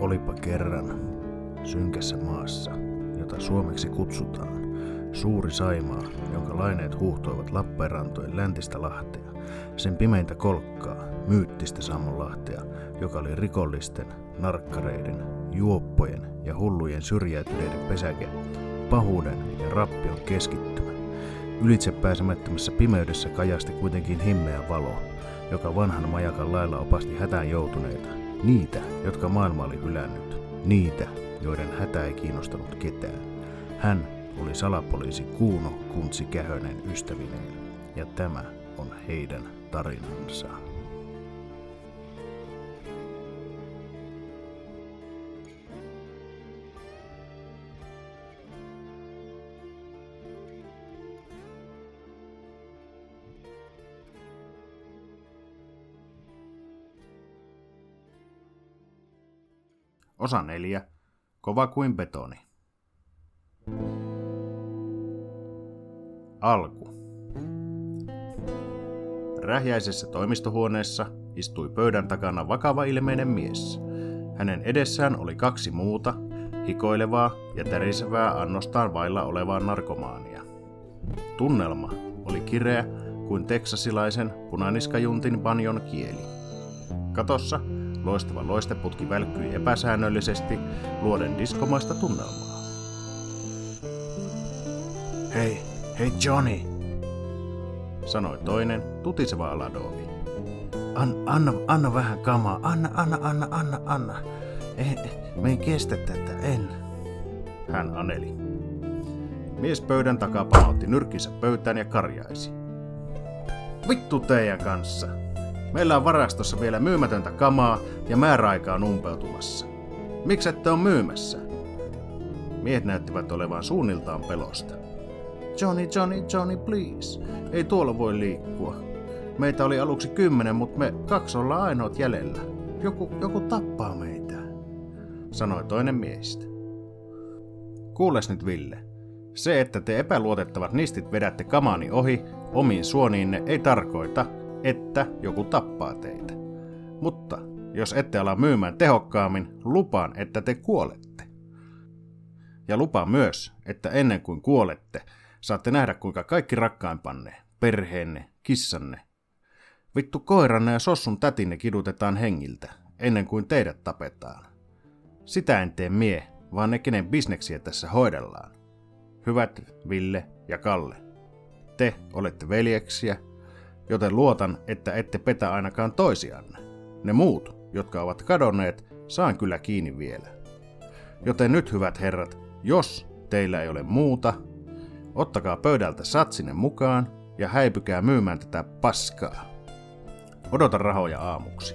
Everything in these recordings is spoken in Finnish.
Olipa kerran synkässä maassa, jota suomeksi kutsutaan Suuri Saimaa, jonka laineet huuhtoivat Lappeenrantojen läntistä lahtea, sen pimeintä kolkkaa, myyttistä Sammonlahtea, joka oli rikollisten, narkkareiden, juoppojen ja hullujen syrjäytyneiden pesäke, pahuuden ja rappion keskittymä. Ylitsepääsemättömässä pimeydessä kajasti kuitenkin himmeä valo, joka vanhan majakan lailla opasti hätään joutuneita, niitä, jotka maailma oli hylännyt, niitä, joiden hätä ei kiinnostanut ketään. Hän oli salapoliisi Kuuno Kuntsi Kähönen ystävineen, ja tämä on heidän tarinansa. Osa 4. Kova kuin betoni. Alku. Rähjäisessä toimistohuoneessa istui pöydän takana vakava ilmeinen mies. Hänen edessään oli 2 muuta, hikoilevaa ja tärisevää annostaan vailla olevaa narkomaania. Tunnelma oli kireä kuin teksasilaisen punaniskajuntin banjon kieli. Katossa loistava loisteputki välkkyi epäsäännöllisesti luoden diskomaista tunnelmaa. Hei Johnny, sanoi toinen tutiseva aladoovi. Anna vähän kamaa, anna. Me ei kestä tätä, en. Hän aneli. Mies pöydän takaa pamautti nyrkkinsä pöytään ja karjaisi. Vittu teidän kanssa! Meillä on varastossa vielä myymätöntä kamaa ja määräaika on umpeutumassa. Miksi ette ole myymässä? Miehet näyttivät olevan suunniltaan pelosta. Johnny, please. Ei tuolla voi liikkua. Meitä oli aluksi 10, mutta me 2 ollaan ainoat jäljellä. Joku tappaa meitä, sanoi toinen miehistä. Kuules nyt, Ville. Se, että te epäluotettavat nistit vedätte kamaani ohi omiin suoniinne, ei tarkoita, että joku tappaa teitä. Mutta jos ette ala myymään tehokkaammin, lupaan, että te kuolette. Ja lupaan myös, että ennen kuin kuolette, saatte nähdä kuinka kaikki rakkaimpanne, perheenne, kissanne, vittu koiranne ja sossun tätinne kidutetaan hengiltä, ennen kuin teidät tapetaan. Sitä en tee mie, vaan ne kenen bisneksiä tässä hoidellaan. Hyvät Ville ja Kalle, te olette veljeksiä, joten luotan, että ette petä ainakaan toisianne. Ne muut, jotka ovat kadonneet, saan kyllä kiinni vielä. Joten nyt, hyvät herrat, jos teillä ei ole muuta, ottakaa pöydältä satsinen mukaan ja häipykää myymään tätä paskaa. Odota rahoja aamuksi.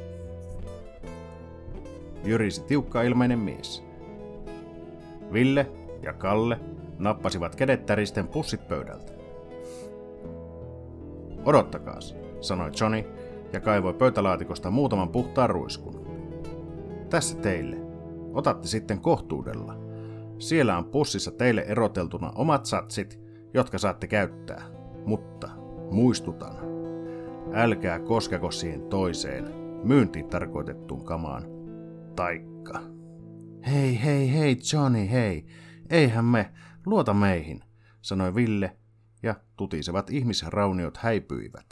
Jyrisi tiukka-ilmeinen mies. Ville ja Kalle nappasivat kädet täristen pussit pöydältä. Odottakaas, sanoi Johnny ja kaivoi pöytälaatikosta muutaman puhtaan ruiskun. Tässä teille. Otatte sitten kohtuudella. Siellä on pussissa teille eroteltuna omat satsit, jotka saatte käyttää. Mutta muistutan, älkää koskeko siihen toiseen, myyntiin tarkoitettuun kamaan. Taikka. Hei Johnny, hei. Eihän me, luota meihin, sanoi Ville ja tutisevat ihmisrauniot häipyivät.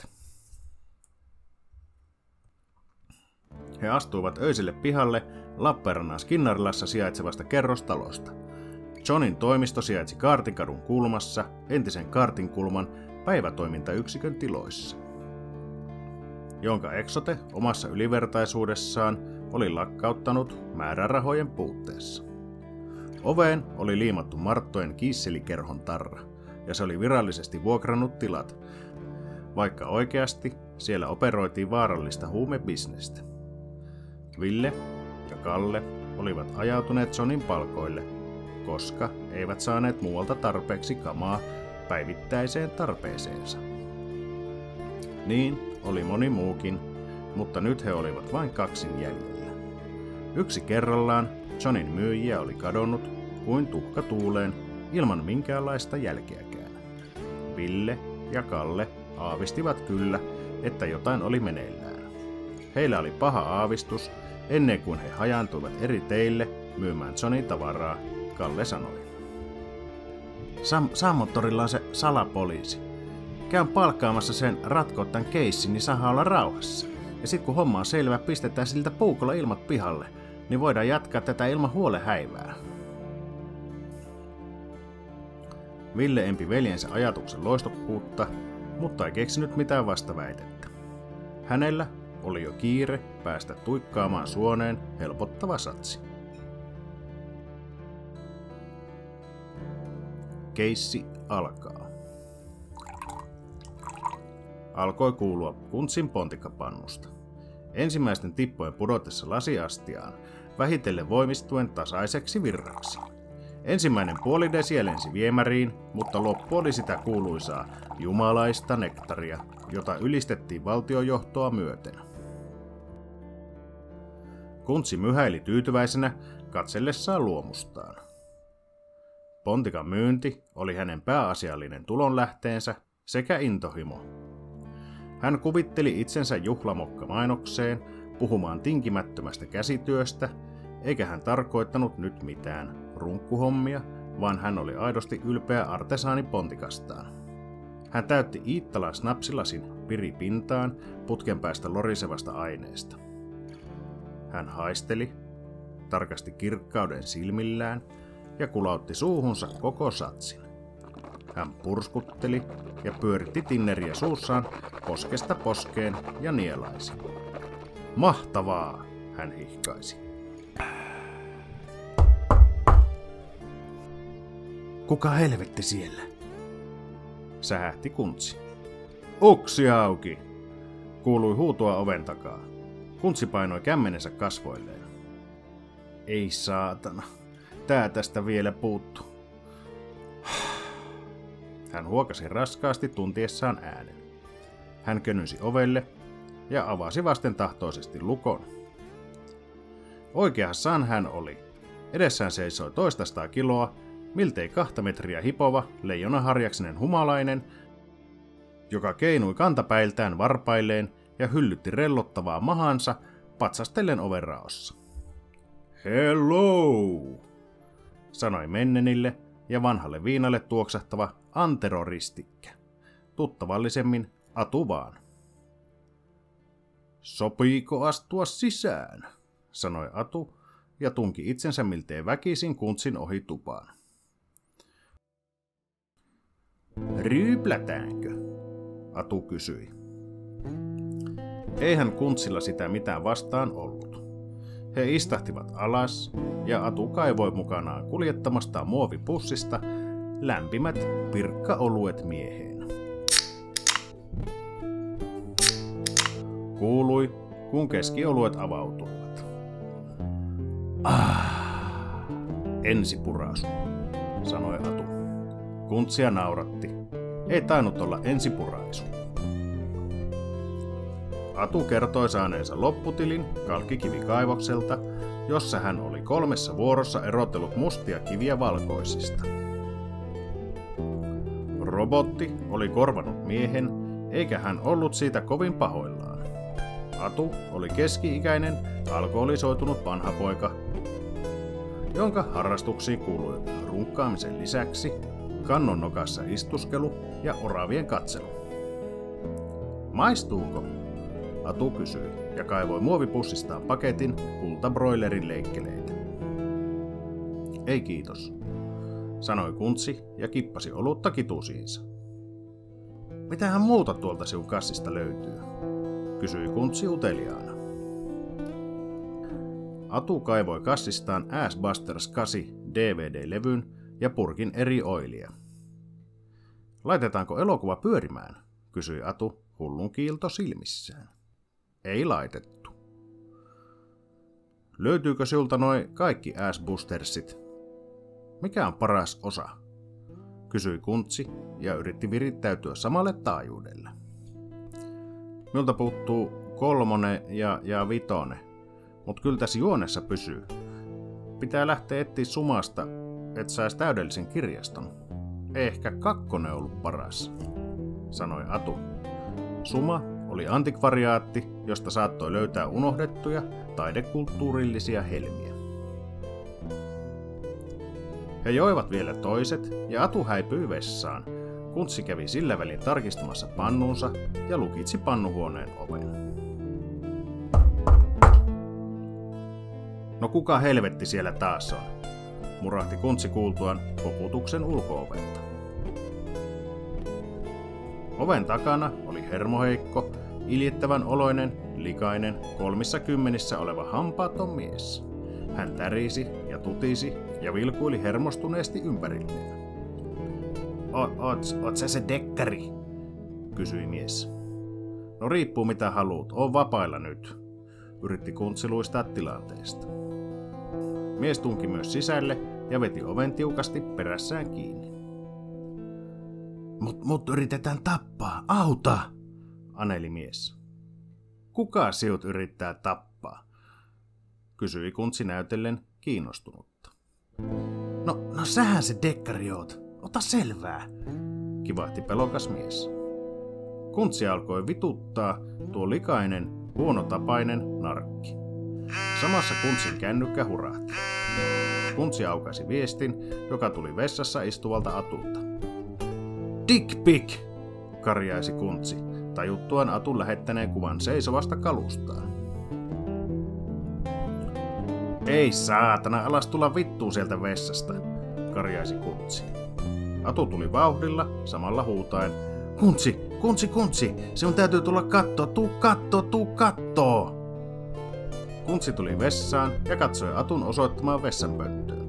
He astuivat öiselle pihalle Lappeenrannan Skinnarilassa sijaitsevasta kerrostalosta. Johnin toimisto sijaitsi Kaartinkadun kulmassa, entisen Kaartinkulman päivätoimintayksikön tiloissa, jonka Eksote omassa ylivertaisuudessaan oli lakkauttanut määrärahojen puutteessa. Oveen oli liimattu Marttojen kiisselikerhon tarra, ja se oli virallisesti vuokrannut tilat, vaikka oikeasti siellä operoitiin vaarallista huumebisnestä. Ville ja Kalle olivat ajautuneet Johnin palkoille, koska eivät saaneet muualta tarpeeksi kamaa päivittäiseen tarpeeseensa. Niin oli moni muukin, mutta nyt he olivat vain 2 jäljellä. Yksi kerrallaan Johnin myyjiä oli kadonnut kuin tuhka tuuleen ilman minkäänlaista jälkeäkään. Ville ja Kalle aavistivat kyllä, että jotain oli meneillään. Heillä oli paha aavistus, Ennen kuin he hajaantuivat eri teille myymään Johnin tavaraa, Kalle sanoi. Sammontorilla on se salapoliisi. Käyn palkkaamassa sen ratkoa tän keissin, niin saa olla rauhassa. Ja sit kun homma on selvä, pistetään siltä puukolla ilmat pihalle, niin voidaan jatkaa tätä ilman huolehäivää. Ville empi veljensä ajatuksen loistokkuutta, mutta ei keksinyt mitään vastaväitettä. Hänellä oli jo kiire päästä tuikkaamaan suoneen helpottava satsi. Keissi alkaa. Alkoi kuulua Kuntsin pontikkapannusta. Ensimmäisten tippojen pudotessa lasiastiaan, vähitellen voimistuen tasaiseksi virraksi. Ensimmäinen puoli desiä lensi viemäriin, mutta loppu oli sitä kuuluisaa jumalaista nektaria, jota ylistettiin valtiojohtoa myöten. Kuntsi myhäili tyytyväisenä katsellessaan luomustaan. Pontikan myynti oli hänen pääasiallinen tulonlähteensä sekä intohimo. Hän kuvitteli itsensä juhlamokka-mainokseen puhumaan tinkimättömästä käsityöstä, eikä hän tarkoittanut nyt mitään runkkuhommia, vaan hän oli aidosti ylpeä artesaani Pontikastaan. Hän täytti Iittalan snapsilasin piripintaan putken päästä lorisevasta aineesta. Hän haisteli, tarkasti kirkkauden silmillään ja kulautti suuhunsa koko satsin. Hän purskutteli ja pyöritti tinneriä suussaan poskesta poskeen ja nielaisi. Mahtavaa, hän hihkaisi. Kuka helvetti siellä? Sähähti Kuntsi. Uksi auki! Kuului huutoa oven takaa. Kuntsi painoi kämmenensä kasvoilleen. Ei saatana, tää tästä vielä puuttu. Hän huokasi raskaasti tuntiessaan äänen. Hän könynsi ovelle ja avasi vastentahtoisesti lukon. Oikeassaan hän oli. Edessään seisoi 200 kiloa, miltei 2 metriä hipova, leijonaharjaksinen humalainen, joka keinui kantapäiltään varpailleen ja hyllytti rellottavaa mahansa patsastellen ovenraossa. Hello! Sanoi Mennenille ja vanhalle viinalle tuoksahtava Antero-ristikkä. Tuttavallisemmin Atu vaan. Sopiiko astua sisään? Sanoi Atu ja tunki itsensä miltei väkisin Kuntsin ohi tupaan. Ryyplätäänkö? Atu kysyi. Eihän Kuntsilla sitä mitään vastaan ollut. He istahtivat alas ja Atu kaivoi mukanaan kuljettamastaan muovipussista lämpimät pirkkaoluet mieheen. Kuului, kun keskioluet avautuivat. Ensipuraisu, sanoi Atu. Kuntsia nauratti. Ei tainnut olla ensipuraisu. Atu kertoi saaneensa lopputilin kalkkikivikaivokselta, jossa hän oli 3 vuorossa erotellut mustia kiviä valkoisista. Robotti oli korvannut miehen, eikä hän ollut siitä kovin pahoillaan. Atu oli keski-ikäinen, alkoholisoitunut vanha poika, jonka harrastuksiin kuului runkkaamisen lisäksi kannon nokassa istuskelu ja oravien katselu. Maistuuko? Atu kysyi ja kaivoi muovipussistaan paketin kultabroilerin leikkeleitä. Ei kiitos, sanoi Kuntsi ja kippasi olutta kitusiinsa. Mitähän muuta tuolta sinun kassista löytyy? Kysyi Kuntsi uteliaana. Atu kaivoi kassistaan Ass Busters 8 DVD-levyn ja purkin eri oilia. Laitetaanko elokuva pyörimään? Kysyi Atu hullun kiilto silmissään. Ei laitettu. Löytyykö sinulta noi kaikki Ass Bustersit? Mikä on paras osa? Kysyi Kuntsi ja yritti virittäytyä samalle taajuudelle. Minulta puuttuu 3 ja 5, mut kyllä tässä juonessa pysyy. Pitää lähteä etsiä sumasta, et sais täydellisen kirjaston. Ehkä 2 ollut paras, sanoi Atu. Suma oli antikvariaatti, josta saattoi löytää unohdettuja taidekulttuurillisia helmiä. He joivat vielä toiset ja Atu häipyi vessaan. Kuntsi kävi sillä välin tarkistamassa pannunsa ja lukitsi pannuhuoneen oven. No kuka helvetti siellä taas on? Murahti Kuntsi kuultuaan koputuksen ulko-ovelta. Oven takana oli hermoheikko, iljettävän oloinen, likainen, 30 oleva hampaaton mies. Hän tärisi ja tutisi ja vilkuili hermostuneesti ympärilleen. Oot sä se dekkari? Kysyi mies. No riippuu mitä haluut, oon vapailla nyt, yritti Kuntsi luistaa tilanteesta. Mies tunki myös sisälle ja veti oven tiukasti perässään kiinni. Mut yritetään tappaa, auta, aneli mies. Kuka siut yrittää tappaa? Kysyi Kuntsi näytellen kiinnostunutta. No sähän se dekkari oot, ota selvää, kivahti pelokas mies. Kuntsi alkoi vituttaa tuo likainen, huonotapainen narkki. Samassa Kuntsin kännykkä hurahti. Kuntsi aukaisi viestin, joka tuli vessassa istuvalta Atulta. Dick pic, karjaisi Kuntsi, tajuttuaan Atun lähettäneen kuvan seisovasta kalustaan. Ei saatana, alas tulla vittuun sieltä vessasta, karjaisi Kuntsi. Atu tuli vauhdilla, samalla huutaen. Kuntsi, sinun täytyy tulla kattoo, tuu kattoo. Kuntsi tuli vessaan ja katsoi Atun osoittamaan vessanpönttöön.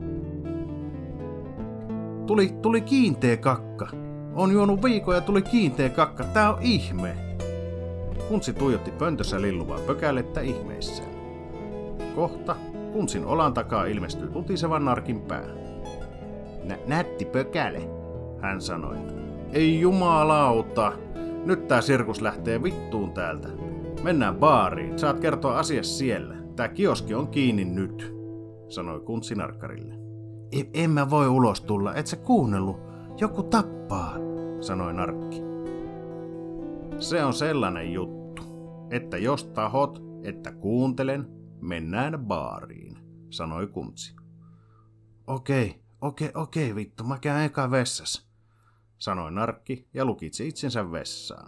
Tuli kiinteä kakka. On juonut viikon ja tuli kiinteä kakka, tää on ihme. Kuntsi tuijotti pöntössä lilluvaa pökälettä ihmeissään. Kohta Kuntsin olan takaa ilmestyi tutisevan narkin pää. Nätti pökäle, hän sanoi. Ei jumalauta, nyt tää sirkus lähtee vittuun täältä. Mennään baariin, saat kertoa asias siellä. Tää kioski on kiinni nyt, sanoi Kuntsi narkkarille. En mä voi ulos tulla, et sä kuunnellut. Joku tappaa, sanoi narkki. Se on sellainen juttu, että jos tahot, että kuuntelen, mennään baariin, sanoi Kuntsi. Okei, vittu, mä käyn eka vessas, sanoi narkki ja lukitsi itsensä vessaan.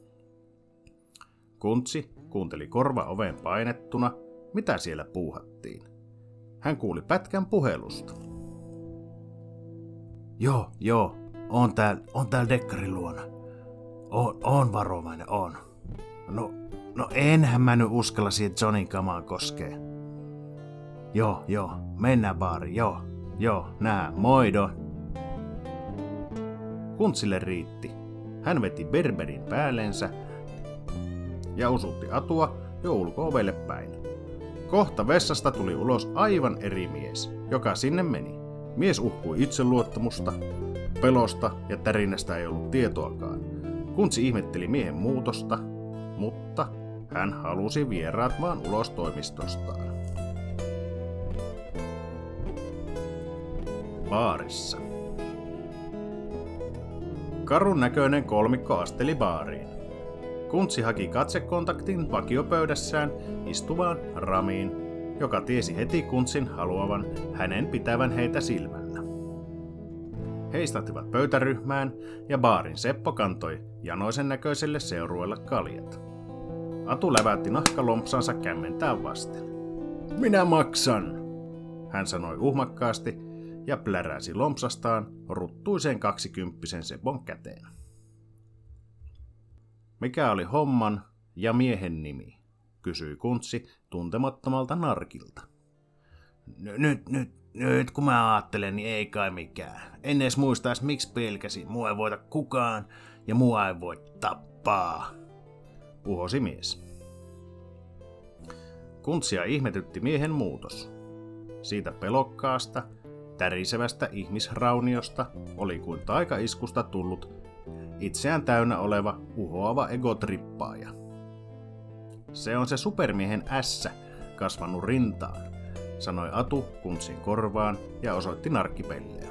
Kuntsi kuunteli korva oveen painettuna, mitä siellä puuhattiin. Hän kuuli pätkän puhelusta. Joo, on täällä dekkarin luona. On varovainen, on. No enhän mä nyt uskalla siihen Johnin kamaan koskee. Joo, mennään baariin, joo, nää, moido. Kuntsille riitti. Hän veti berberin päällensä ja usutti Atua jo ulko-ovelle päin. Kohta vessasta tuli ulos aivan eri mies, joka sinne meni. Mies uhkui itseluottamusta, pelosta ja tärinästä ei ollut tietoakaan. Kuntsi ihmetteli miehen muutosta, mutta hän halusi vieraat vaan ulos toimistostaan. Baarissa. Karun näköinen kolmikko asteli baariin. Kuntsi haki katsekontaktin vakiopöydässään istuvaan Ramiin, joka tiesi heti Kuntsin haluavan hänen pitävän heitä silmällä. He istahtivat pöytäryhmään ja baarin Seppo kantoi janoisen näköiselle seurueelle kaljat. Atu läväytti nahkalompsansa kämmentään vasten. Minä maksan, hän sanoi uhmakkaasti ja pläräsi lompsastaan ruttuiseen 20 Sepon käteen. Mikä oli homman ja miehen nimi, kysyi Kuntsi tuntemattomalta narkilta. Nyt kun mä ajattelen, niin ei kai mikään. En edes muistais miksi pelkäsin. Mua ei voita kukaan ja mua ei voi tappaa, uhosi mies. Kuntsia ihmetytti miehen muutos. Siitä pelokkaasta, tärisevästä ihmisrauniosta oli kuin taikaiskusta tullut itseään täynnä oleva uhoava egotrippaaja. Se on se supermiehen ässä kasvanut rintaan, sanoi Atu Kuntsin korvaan ja osoitti narkkipelleä.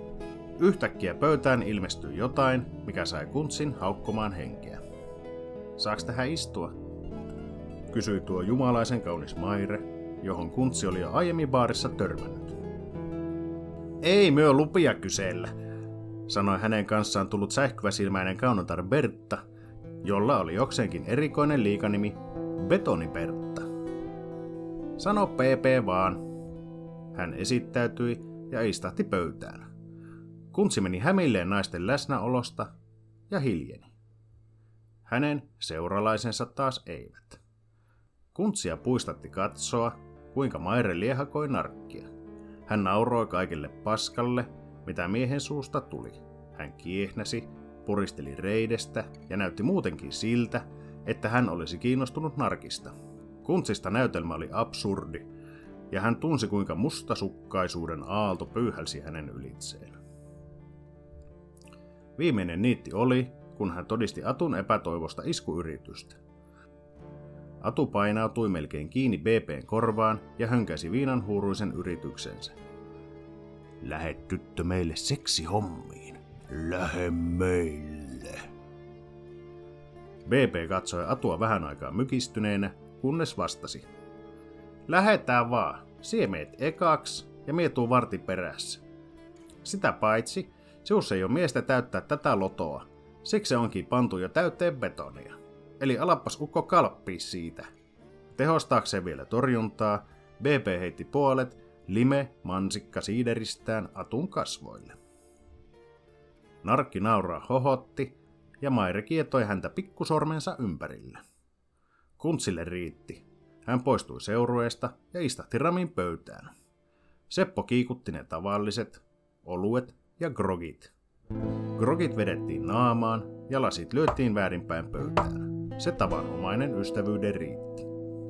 Yhtäkkiä pöytään ilmestyi jotain, mikä sai Kuntsin haukkomaan henkeä. Saaks tähän istua? Kysyi tuo jumalaisen kaunis Maire, johon Kuntsi oli jo aiemmin baarissa törmännyt. Ei myö lupia kysellä, sanoi hänen kanssaan tullut sähköväsilmäinen kaunotar Bertta, jolla oli jokseenkin erikoinen liikanimi Betoni-Bertta. Sano PP vaan. Hän esittäytyi ja istahti pöytään. Kuntsi meni hämilleen naisten läsnäolosta ja hiljeni. Hänen seuralaisensa taas eivät. Kuntsia puistatti katsoa, kuinka Maire liehakoi narkkia. Hän nauroi kaikille paskalle, mitä miehen suusta tuli. Hän kiehnäsi, puristeli reidestä ja näytti muutenkin siltä, että hän olisi kiinnostunut narkista. Kuntsista näytelmä oli absurdi, ja hän tunsi kuinka mustasukkaisuuden aalto pyyhälsi hänen ylitseen. Viimeinen niitti oli, kun hän todisti Atun epätoivosta iskuyritystä. Atu painautui melkein kiinni BP:n korvaan ja hönkäsi viinanhuuruisen yrityksensä. Lähe tyttö meille seksihommiin. Lähe meille. BP katsoi Atua vähän aikaa mykistyneenä, kunnes vastasi. Lähetään vaan. Sie meet ekaks ja mie tuu vartin perässä. Sitä paitsi, sinussa ei ole miestä täyttää tätä lotoa. Siksi se onkin pantu jo täyteen betonia. Eli alappas ukko kalppii siitä. Tehostaakseen vielä torjuntaa, BP heitti puolet mansikka siideristään Atun kasvoille. Narkki nauraa hohotti ja Maire kietoi häntä pikkusormensa ympärille. Kuntsille riitti. Hän poistui seurueesta ja istahti Ramin pöytään. Seppo kiikutti ne tavalliset, oluet ja grogit. Grogit vedettiin naamaan ja lasit lyöttiin väärinpäin pöytään. Se tavanomainen ystävyyden riitti.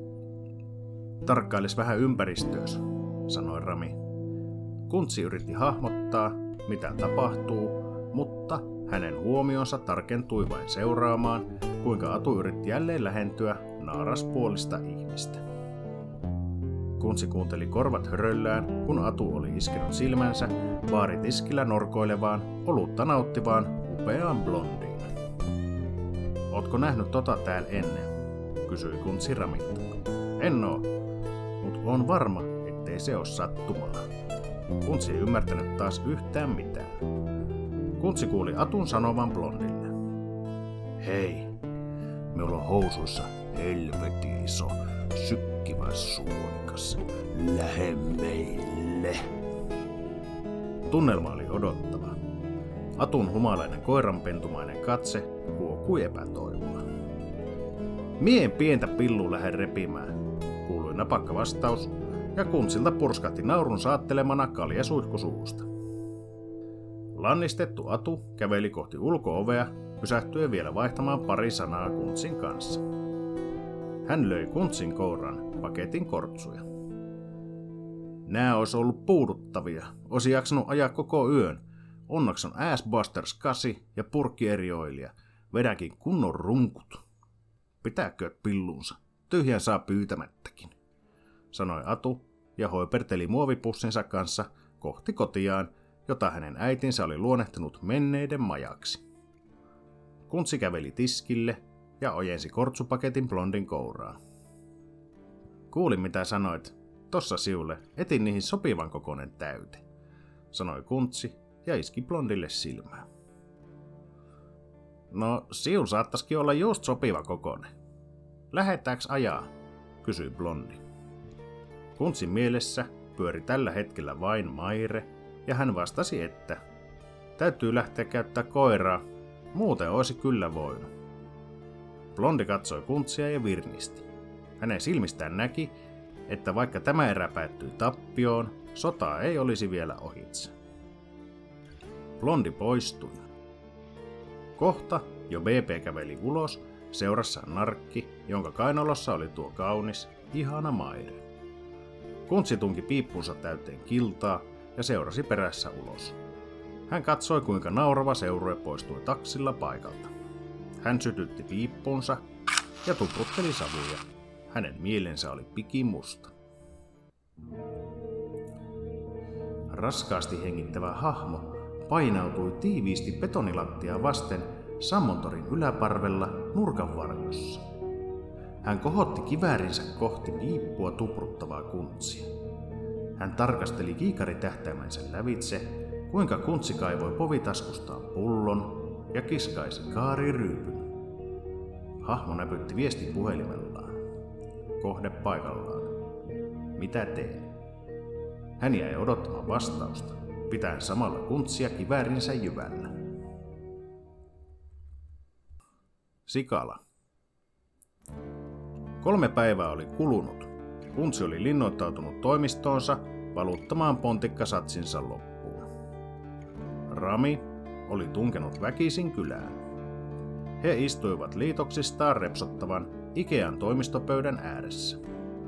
Tarkkailes vähän ympäristöös, sanoi Rami. Kuntsi yritti hahmottaa, mitä tapahtuu, mutta hänen huomionsa tarkentui vain seuraamaan, kuinka Atu yritti jälleen lähentyä naaraspuolista ihmistä. Kuntsi kuunteli korvat höröllään, kun Atu oli iskenut silmänsä baaritiskillä norkoilevaan, olutta nauttivaan, upeaan blondiin. Ootko nähnyt tota täällä ennen? Kysyi Kuntsi Ramilta. En oo, mut on varma, ettei se oo sattumaa. Kuntsi ei ymmärtänyt taas yhtään mitään. Kuntsi kuuli Atun sanovan blondille. Hei, meillä on housuissa helvetin iso, sykkivä suonikas. Lähe meille. Tunnelma oli odottava. Atun humalainen koiranpentumainen katse huokui epätoivoa. Mien pientä pillu lähde repimään, kuului napakka vastaus, ja Kuntsilta purskahti naurun saattelemana kalja suihkusuusta. Lannistettu Atu käveli kohti ulko-ovea, pysähtyen vielä vaihtamaan pari sanaa Kuntsin kanssa. Hän löi Kuntsin kouraan paketin kortsuja. Nää ois ollut puuduttavia, osi jaksanut ajaa koko yön. Onneksi on Assbusters 8 ja purkki eri oilia. Vedänkin kunnon runkut. Pitääkö pillunsa, tyhjän saa pyytämättäkin, sanoi Atu ja hoiperteli muovipussinsa kanssa kohti kotiaan, jota hänen äitinsä oli luonnehtinut menneiden majaksi. Kuntsi käveli tiskille ja ojensi kortsupaketin blondin kouraan. Kuulin mitä sanoit, tossa siulle, etin niihin sopivan kokoinen täyte, sanoi Kuntsi ja iski blondille silmään. No, siul saattaisikin olla just sopiva kokoinen. Lähetääks ajaa? Kysyi blondi. Kuntsin mielessä pyöri tällä hetkellä vain Maire, ja hän vastasi, että täytyy lähteä käyttää koiraa, muuten olisi kyllä voinut. Blondi katsoi Kuntsia ja virnisti. Hänen silmistään näki, että vaikka tämä erä päättyi tappioon, sotaa ei olisi vielä ohitse. Blondi poistui. Kohta jo BP käveli ulos, seurassaan narkki, jonka kainalossa oli tuo kaunis, ihana Maire. Kuntsi tunki piippunsa täyteen kiltaa ja seurasi perässä ulos. Hän katsoi, kuinka naurava seurue poistui taksilla paikalta. Hän sytytti piippunsa ja tuprutteli savuja. Hänen mielensä oli pikimusta. Raskaasti hengittävä hahmo painautui tiiviisti betonilattiaa vasten Sammontorin yläparvella nurkan varjossa. Hän kohotti kiväärinsä kohti piippua tupruttavaa Kuntsia. Hän tarkasteli kiikaritähtäimensä lävitse, kuinka Kuntsi kaivoi povitaskustaan pullon ja kiskaisi kaariryypyn. Hahmo näpytti viestin puhelimellaan. Kohde paikallaan. Mitä teen? Hän jäi odottamaan vastausta, pitäen samalla Kuntsia kiväärinsä jyvällä. Sikala. 3 päivää oli kulunut. Kuntsi oli linnoittautunut toimistoonsa valuttamaan pontikkasatsinsa loppuun. Rami oli tunkenut väkisin kylään. He istuivat liitoksistaan repsottavan Ikean toimistopöydän ääressä.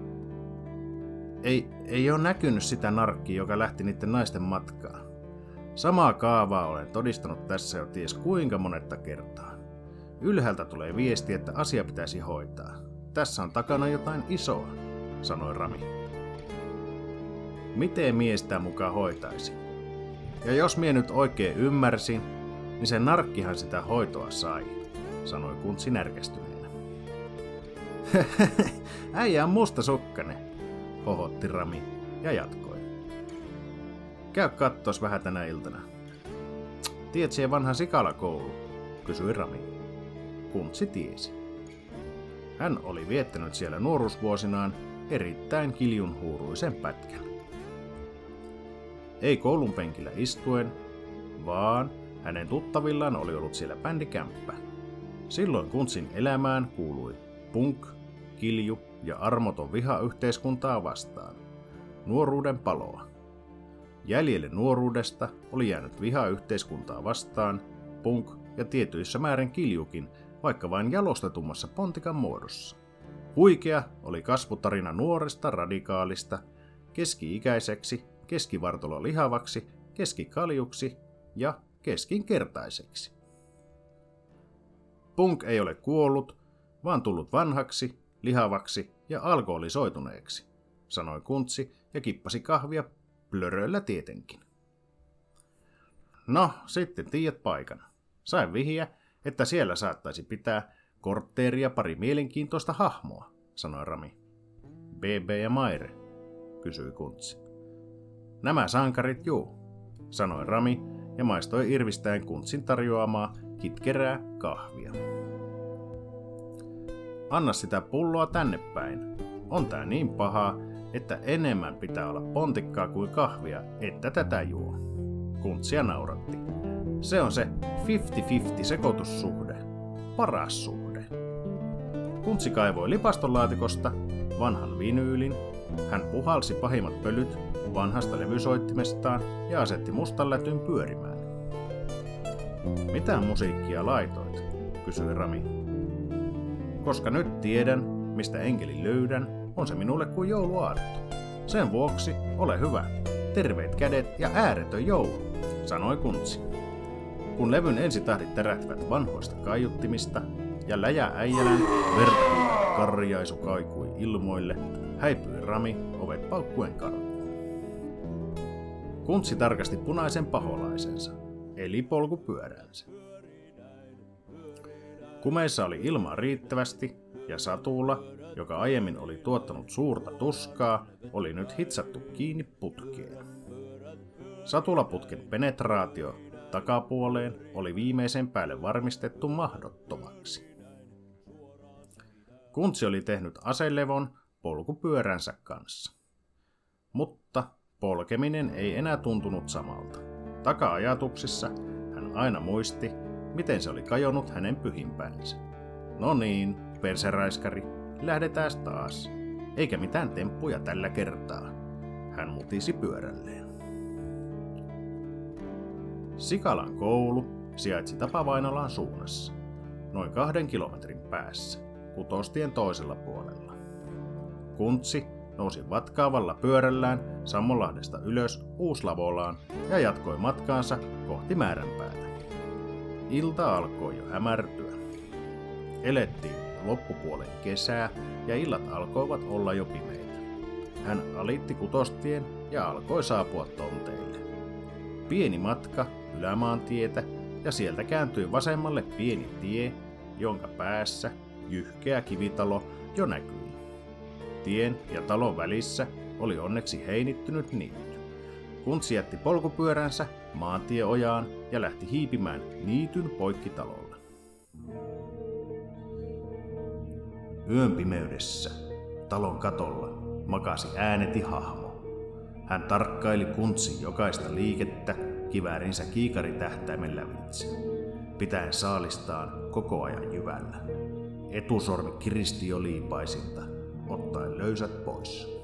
Ei ole näkynyt sitä narkkia, joka lähti niiden naisten matkaan. Samaa kaavaa olen todistanut tässä jo ties kuinka monetta kertaa. Ylhäältä tulee viesti, että asia pitäisi hoitaa. Tässä on takana jotain isoa, sanoi Rami. Miten mies sitä mukaan hoitaisi? Ja jos mie nyt oikein ymmärsin, niin se narkkihan sitä hoitoa sai, sanoi Kuntsi närkästyneenä. Äijä on mustasukkainen, hohotti Rami ja jatkoi. Käy kattos vähän tänä iltana. Tiedät siihen vanhan Sikala-koulu, kysyi Rami. Kuntsi tiesi. Hän oli viettänyt siellä nuoruusvuosinaan erittäin kiljunhuuruisen pätkän. Ei koulun penkillä istuen, vaan hänen tuttavillaan oli ollut siellä bändikämppä. Silloin Kuntsin elämään kuului punk, kilju ja armoton viha yhteiskuntaa vastaan. Nuoruuden paloa. Jäljelle nuoruudesta oli jäänyt viha yhteiskuntaa vastaan, punk ja tietyissä määrin kiljukin, vaikka vain jalostetummassa pontikan muodossa. Huikea oli kasvutarina nuoresta radikaalista, keski-ikäiseksi, keskivartalo lihavaksi, keskikaljuksi ja keskinkertaiseksi. Punk ei ole kuollut, vaan tullut vanhaksi, lihavaksi ja alkoholisoituneeksi, sanoi Kuntsi ja kippasi kahvia plöröillä tietenkin. No, sitten tiedät paikan. Sain vihjeä, että siellä saattaisi pitää kortteeria pari mielenkiintoista hahmoa, sanoi Rami. BB ja Maire, kysyi Kuntsi. Nämä sankarit juu, sanoi Rami ja maistoi irvistäen Kuntsin tarjoamaa kitkerää kahvia. Anna sitä pulloa tänne päin. On tää niin pahaa, että enemmän pitää olla pontikkaa kuin kahvia, että tätä juo. Kuntsia nauratti. Se on se 50-50 sekoitussuhde. Paras suhde. Kuntsi kaivoi lipastonlaatikosta vanhan vinyylin. Hän puhalsi pahimmat pölyt vanhasta levysoittimestaan ja asetti mustan lätyn pyörimään. Mitä musiikkia laitoit? Kysyi Rami. Koska nyt tiedän, mistä enkelin löydän, on se minulle kuin jouluaatto. Sen vuoksi ole hyvä. Terveet kädet ja ääretön joulu, sanoi Kuntsi. Kun levyn ensitahdit tärähtivät vanhoista kaiuttimista ja läjä äijälän verta karjaisu kaikui ilmoille, häipyi Rami ovet paukkuen karkuun. Kuntsi tarkasti punaisen paholaisensa, eli polkupyöränsä. Kumeissa oli ilmaa riittävästi ja Satula, joka aiemmin oli tuottanut suurta tuskaa, oli nyt hitsattu kiinni putkeen. Satulaputken penetraatio takapuoleen oli viimeisen päälle varmistettu mahdottomaksi. Kuntsi oli tehnyt aselevon polkupyöränsä kanssa. Mutta polkeminen ei enää tuntunut samalta. Taka-ajatuksissa hän aina muisti, miten se oli kajonnut hänen pyhimpäänsä. No niin, perseraiskari, lähdetään taas. Eikä mitään temppuja tällä kertaa. Hän mutisi pyörälleen. Sikalan koulu sijaitsi Tapavainolan suunnassa, noin 2 kilometrin päässä, Kutostien toisella puolella. Kuntsi nousi vatkaavalla pyörällään Sammonlahdesta ylös Uuslavolaan ja jatkoi matkaansa kohti Määränpäätä. Ilta alkoi jo hämärtyä. Elettiin loppupuolen kesää ja illat alkoivat olla jo pimeitä. Hän alitti Kutostien ja alkoi saapua tonteille. Pieni matka ylämaantietä ja sieltä kääntyi vasemmalle pieni tie, jonka päässä jyhkeä kivitalo jo näkyi. Tien ja talon välissä oli onneksi heinittynyt niitty. Kuntsi jätti polkupyöränsä maantieojaan ja lähti hiipimään niityn poikki talolle. Yön pimeydessä talon katolla makasi ääneti hahmo. Hän tarkkaili Kuntsin jokaista liikettä kiväärinsä kiikaritähtäimen lävitse, pitäen saalistaan koko ajan jyvällä. Etusormi kiristi jo liipaisinta, ottaen löysät pois.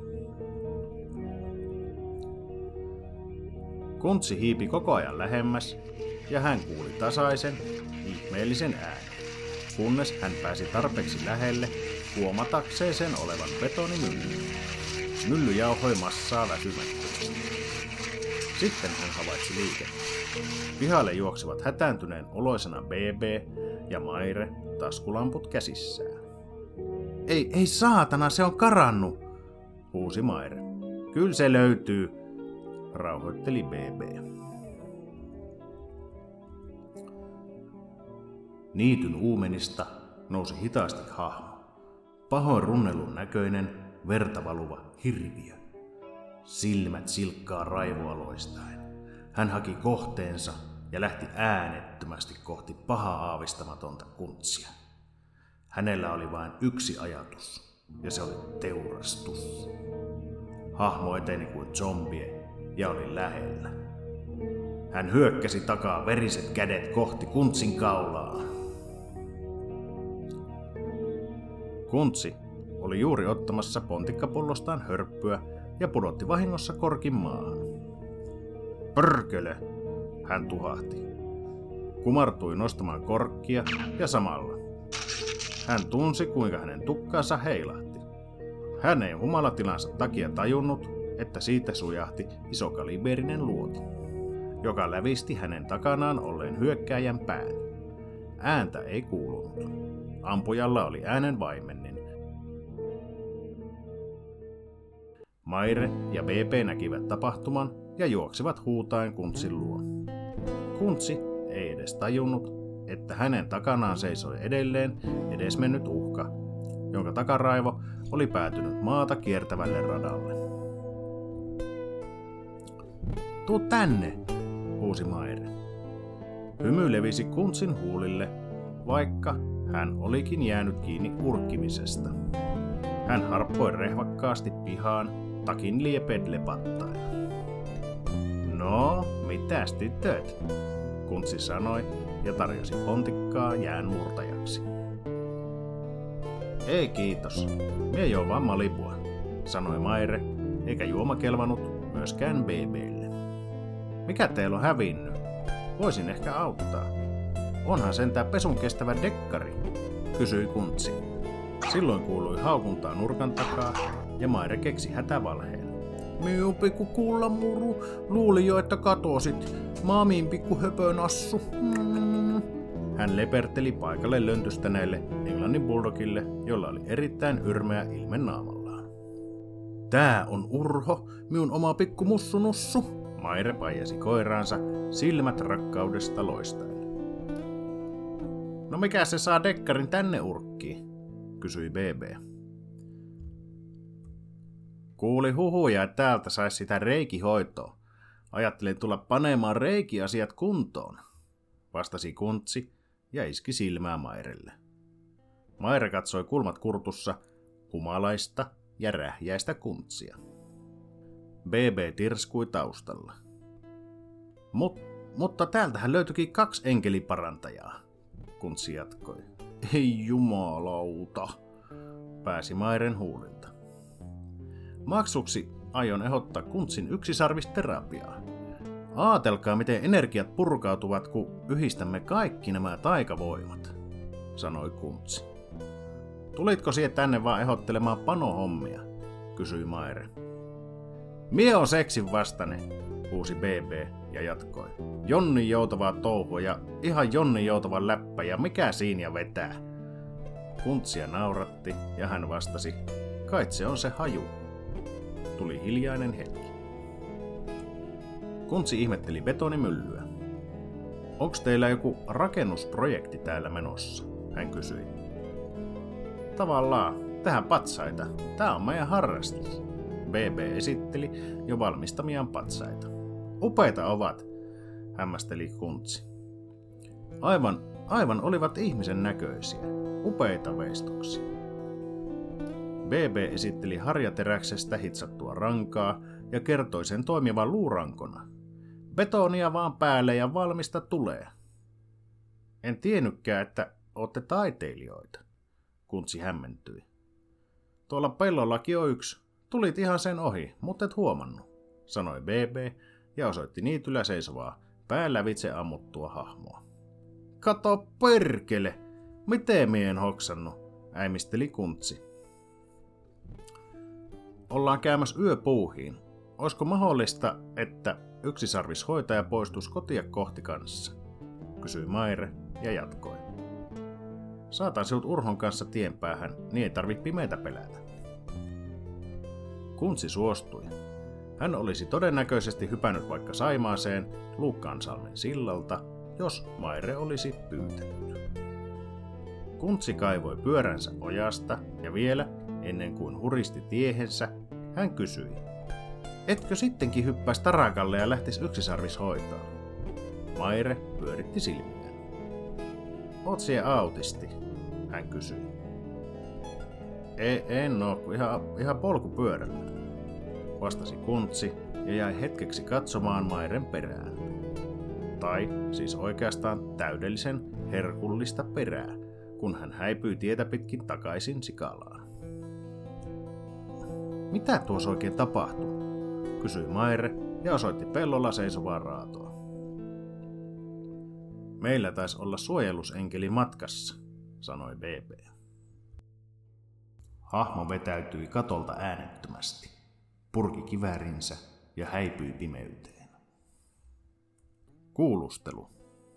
Kuntsi hiipi koko ajan lähemmäs ja hän kuuli tasaisen, ihmeellisen äänen, kunnes hän pääsi tarpeeksi lähelle huomatakseen sen olevan betonimylly. Mylly jauhoi massaa väsymättömästi. Sitten hän havaitsi liikettä. Pihalle juoksivat hätääntyneen oloisena BB ja Maire taskulamput käsissään. Ei saatana, se on karannut, huusi Maire. Kyllä se löytyy, rauhoitteli BB. Niityn uumenista nousi hitaasti hahmo. Pahoin runnelun näköinen, verta valuva hirviö. Silmät silkkaa raivoa loistaen. Hän haki kohteensa ja lähti äänettömästi kohti pahaa aavistamatonta Kuntsia. Hänellä oli vain yksi ajatus, ja se oli teurastus. Hahmo eteni kuin zombie ja oli lähellä. Hän hyökkäsi takaa veriset kädet kohti Kuntsin kaulaa. Kuntsi oli juuri ottamassa pontikkapullostaan hörppyä ja pudotti vahingossa korkin maahan. Pörkölö, hän tuhahti. Kumartui nostamaan korkkia ja samalla hän tunsi, kuinka hänen tukkansa heilahti. Hän ei humalatilansa takia tajunnut, että siitä sujahti isokaliberinen luoti, joka lävisti hänen takanaan olleen hyökkääjän pään. Ääntä ei kuulunut. Ampujalla oli äänen vaimennin. Maire ja BB näkivät tapahtuman ja juoksivat huutaen Kuntsin luo. Kuntsi ei edes tajunnut, että hänen takanaan seisoi edelleen edesmennyt uhka, jonka takaraivo oli päätynyt maata kiertävälle radalle. Tuu tänne, huusi Maire. Hymy levisi Kuntsin huulille, vaikka hän olikin jäänyt kiinni urkkimisesta. Hän harppoi rehvakkaasti pihaan, takin liepeet lepattaen. No, mitäs tytöt? Kuntsi sanoi ja tarjosi pontikkaa jään murtajaksi. Ei kiitos, mie juon vaan Malibua, sanoi Maire, eikä juoma kelvanut myöskään BB:lle. Mikä teillä on hävinnyt? Voisin ehkä auttaa. Onhan sentään pesun kestävä dekkari, kysyi Kuntsi. Silloin kuului haukuntaa nurkan takaa ja Maire keksi hätävalheen. Miu pikku kullamuru, luuli jo, että katosit. Maamiin pikku höpönassu. Hän leperteli paikalle löntystäneelle Englannin bulldogille, jolla oli erittäin yrmeä ilme naamallaan. Tää on Urho, minun oma pikku mussunussu, Maire paijasi koiraansa, silmät rakkaudesta loistaen. No mikä se saa dekkarin tänne urkkiin, kysyi BB. Kuuli huhuja, että täältä saisi sitä reikihoitoa. Ajattelin tulla panemaan reikiasiat kuntoon, vastasi Kuntsi ja iski silmää Mairelle. Maire katsoi kulmat kurtussa humalaista ja rähjäistä Kuntsia. BB tirskui taustalla. Mutta täältähän löytyikin 2 enkeliparantajaa, Kuntsi jatkoi. Ei jumalauta, pääsi Mairen huulilta. Maksuksi aion ehdottaa Kuntsin yksisarvisterapiaa. Aatelkaa, miten energiat purkautuvat, kun yhdistämme kaikki nämä taikavoimat, sanoi Kuntsi. Tulitko siihen tänne vaan ehdottelemaan panohommia, kysyi Maire. Mie on seksin vastane, huusi BB ja jatkoi. Jonni joutavaa touhua ja ihan Jonni joutavan läppä ja mikä siinä vetää. Kuntsia nauratti ja hän vastasi, kait se on se haju. Tuli hiljainen hetki. Kuntsi ihmetteli betonimyllyä. Onks teillä joku rakennusprojekti täällä menossa? Hän kysyi. Tavallaan. Tähän patsaita. Tää on meidän harrastus. BB esitteli jo valmistamiaan patsaita. Upeita ovat, hämmästeli Kuntsi. Aivan olivat ihmisen näköisiä. Upeita veistoksia. BB esitteli harjateräksestä hitsattua rankaa ja kertoi sen toimivan luurankona. Betonia vaan päälle ja valmista tulee. En tiennytkään, että ootte taiteilijoita, Kuntsi hämmentyi. Tuolla pellollakin on yksi. Tulit ihan sen ohi, mutta et huomannut, sanoi BB ja osoitti niityllä seisovaa päälävitse ammuttua hahmoa. Kato perkele! Miten mie en hoksannut? Äimisteli Kuntsi. Ollaan käymässä yöpuuhiin. Olisiko mahdollista, että yksisarvishoitaja poistuisi kotia kohti kanssa? Kysyi Maire ja jatkoi. Saatan sinut Urhon kanssa tien päähän, niin ei tarvitse pimeätä pelätä. Kuntsi suostui. Hän olisi todennäköisesti hypännyt vaikka Saimaaseen Luukkaansalmen sillalta, jos Maire olisi pyytänyt. Kuntsi kaivoi pyöränsä ojasta ja vielä, ennen kuin huristi tiehensä, hän kysyi. Etkö sittenkin hyppäisi tarakalle ja lähtisi yksisarvishoitaan? Maire pyöritti silmiään. Oot siellä autisti? Hän kysyi. En oo, kun ihan polkupyörällä, vastasi Kuntsi ja jäi hetkeksi katsomaan Mairen perään. Tai siis oikeastaan täydellisen herkullista perää, kun hän häipyi tietä pitkin takaisin Sikalaan. Mitä tuossa oikein tapahtui? Kysyi Maire ja osoitti pellolla seisovaa raatoa. Meillä taisi olla suojelusenkeli matkassa, sanoi BB. Hahmo vetäytyi katolta äänettömästi, purki kiväärinsä ja häipyi pimeyteen. Kuulustelu.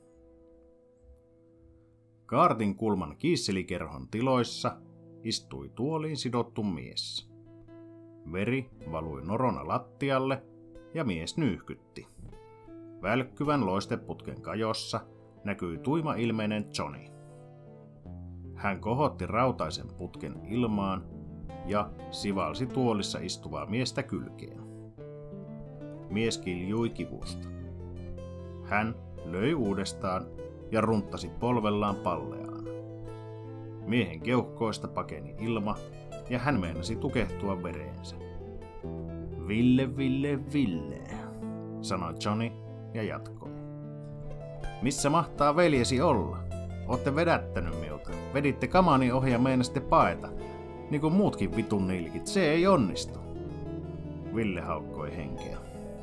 Kaartin kulman kiisselikerhon tiloissa istui tuoliin sidottu mies. Veri valui norona lattialle ja mies nyyhkytti. Välkkyvän loisteputken kajossa näkyi tuima-ilmeinen Johnny. Hän kohotti rautaisen putken ilmaan ja sivalsi tuolissa istuvaa miestä kylkeen. Mies kiljui kivusta. Hän löi uudestaan ja runttasi polvellaan palleaan. Miehen keuhkoista pakeni ilma ja hän meinasi tukehtua vereensä. Ville, Ville, Ville, sanoi Johnny ja jatkoi. Missä mahtaa veljesi olla? Ootte vedättänyt minulta. Veditte kamani ohi ja meinasitte paeta. Niin kuin muutkin vitun nilkit. Se ei onnistu. Ville haukkoi henkeä.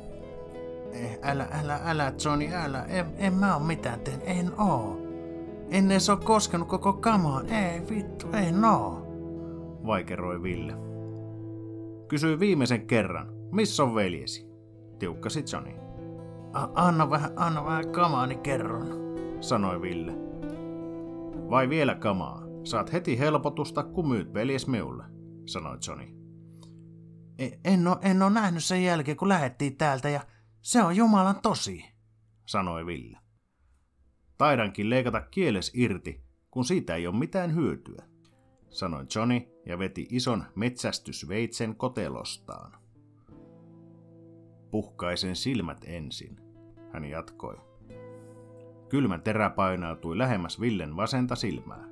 Älä Johnny, älä. En mä oo mitään tehnyt. En oo. En edes oo koskenut koko kamaan. Ei vittu, en oo. Vaikeroi Ville. Kysyi viimeisen kerran. Missä on veljesi? Tiukkasi Johnny. Anna vähän kamaani kerron, sanoi Ville. Vai vielä kamaa? Saat heti helpotusta, kun myyt veljes minulle, sanoi Johnny. En oo nähnyt sen jälkeen, kun lähettiin täältä ja se on jumalan tosi, sanoi Ville. Taidankin leikata kieles irti, kun siitä ei ole mitään hyötyä, sanoi Johnny ja veti ison metsästysveitsen kotelostaan. Puhkaisen silmät ensin, hän jatkoi. Kylmä terä painautui lähemmäs Villen vasenta silmää.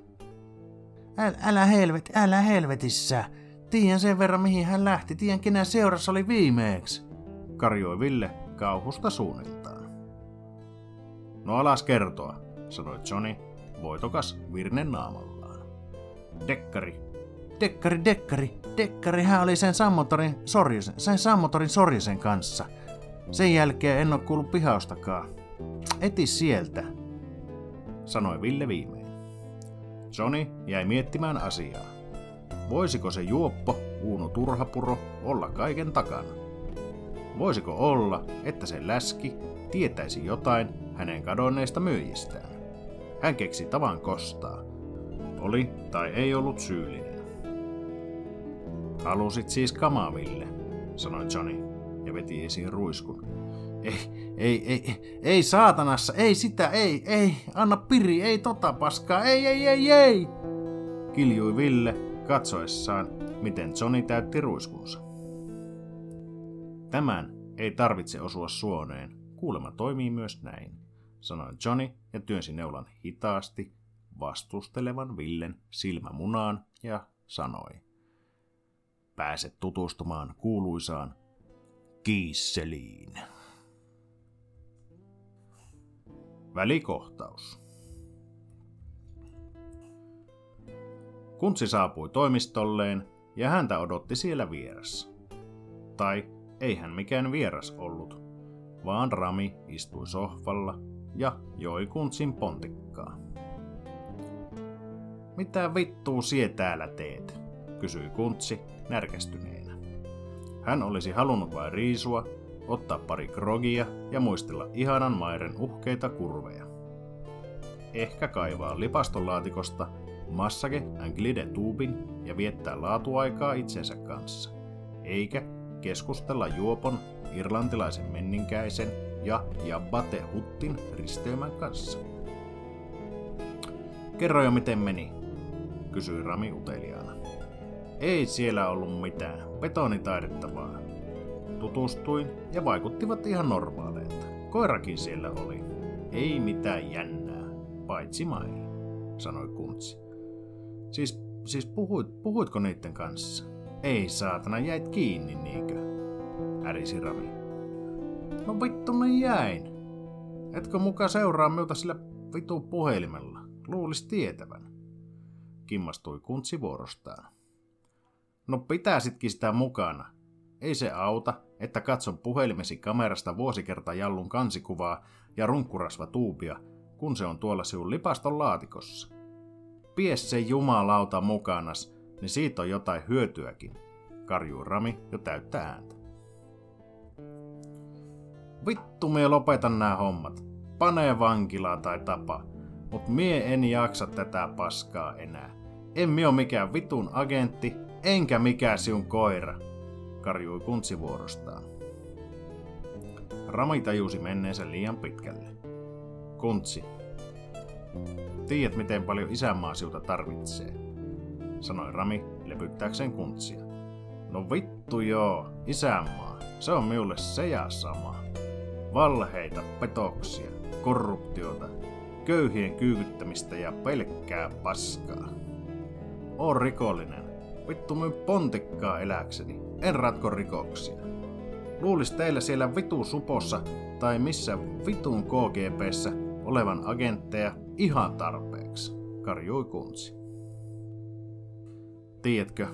Älä helvetissä. Tiedän sen verran mihin hän lähti. Tiedän kenen seurassa oli viimeeksi, karjoi Ville kauhusta suunniltaan. No alas kertoa, sanoi Johnny, voitokas virne naamallaan. Dekkari, hän oli sen sammotorin sorjisen kanssa. Sen jälkeen en oo kuullut pihaustakaan. Eti sieltä, sanoi Ville viimein. Johnny jäi miettimään asiaa. Voisiko se juoppo, Uuno Turhapuro, olla kaiken takana? Voisiko olla, että se läski tietäisi jotain hänen kadonneista myyjistään? Hän keksi tavan kostaa. Oli tai ei ollut syyllinen. Halusit siis kamaa, Ville, sanoi Johnny ja veti esiin ruiskun. Ei saatanassa, ei sitä, ei, anna piri, ei tota paskaa, ei. Kiljui Ville katsoessaan, miten Johnny täytti ruiskunsa. Tämän ei tarvitse osua suoneen, kuulemma toimii myös näin, sanoi Johnny ja työnsi neulan hitaasti vastustelevan Villen silmämunaan ja sanoi: pääset tutustumaan kuuluisaan kiisseliin. Välikohtaus. Kuntsi saapui toimistolleen ja häntä odotti siellä vieras. Tai ei hän mikään vieras ollut, vaan Rami istui sohvalla ja joi Kuntsin pontikkaa. Mitä vittua sie täällä teet? Kysyi Kuntsi närkästyneenä. Hän olisi halunnut vain riisua, ottaa pari grogia ja muistella ihanan Mairen uhkeita kurveja. Ehkä kaivaa lipastolaatikosta massage anglide tubin ja viettää laatuaikaa itsensä kanssa, eikä keskustella juopon, irlantilaisen menninkäisen ja Jabba the Huttin risteymän kanssa. Kerro jo miten meni, kysyi Rami uteliaana. Ei siellä ollut mitään, betonitaidetta vaan. Tutustuin ja vaikuttivat ihan normaaleilta. Koirakin siellä oli. Ei mitään jännää, paitsi Maili, sanoi Kuntsi. Siis puhuitko niiden kanssa? Ei saatana, jäit kiinni niinkö? Ärisi Rami. No vittu mä jäin. Etkö muka seuraa minulta sillä vitu puhelimella? Luulis tietävän. Kimmastui Kuntsi vuorostaan. No pitäisitkin sitä mukana. Ei se auta, että katson puhelimesi kamerasta vuosikerta jallun kansikuvaa ja runkkurasvatuubia, kun se on tuolla sinun lipaston laatikossa. Pie se jumalauta mukanas, niin siitä on jotain hyötyäkin, karjui Rami jo täyttä ääntä. Vittu mie lopetan nää hommat. Panee vankilaa tai tapa, mut mie en jaksa tätä paskaa enää. En mie oo mikään vitun agentti, enkä mikään siun koira, karjui Kuntsi vuorostaan. Rami tajusi menneensä liian pitkälle. Kuntsi, tiedät miten paljon isänmaa siuta tarvitsee, sanoi Rami lepyttääkseen Kuntsia. No vittu joo, isänmaa, se on minulle se ja sama. Valheita, petoksia, korruptiota, köyhien kyykyttämistä ja pelkkää paskaa. Oon rikollinen. Vittu myyn pontikkaa eläkseni. En ratko rikoksia. Luulis teillä siellä vitu supossa tai missä vitun KGB:ssä olevan agentteja ihan tarpeeksi, karjui Kuntsi. Tiedätkö,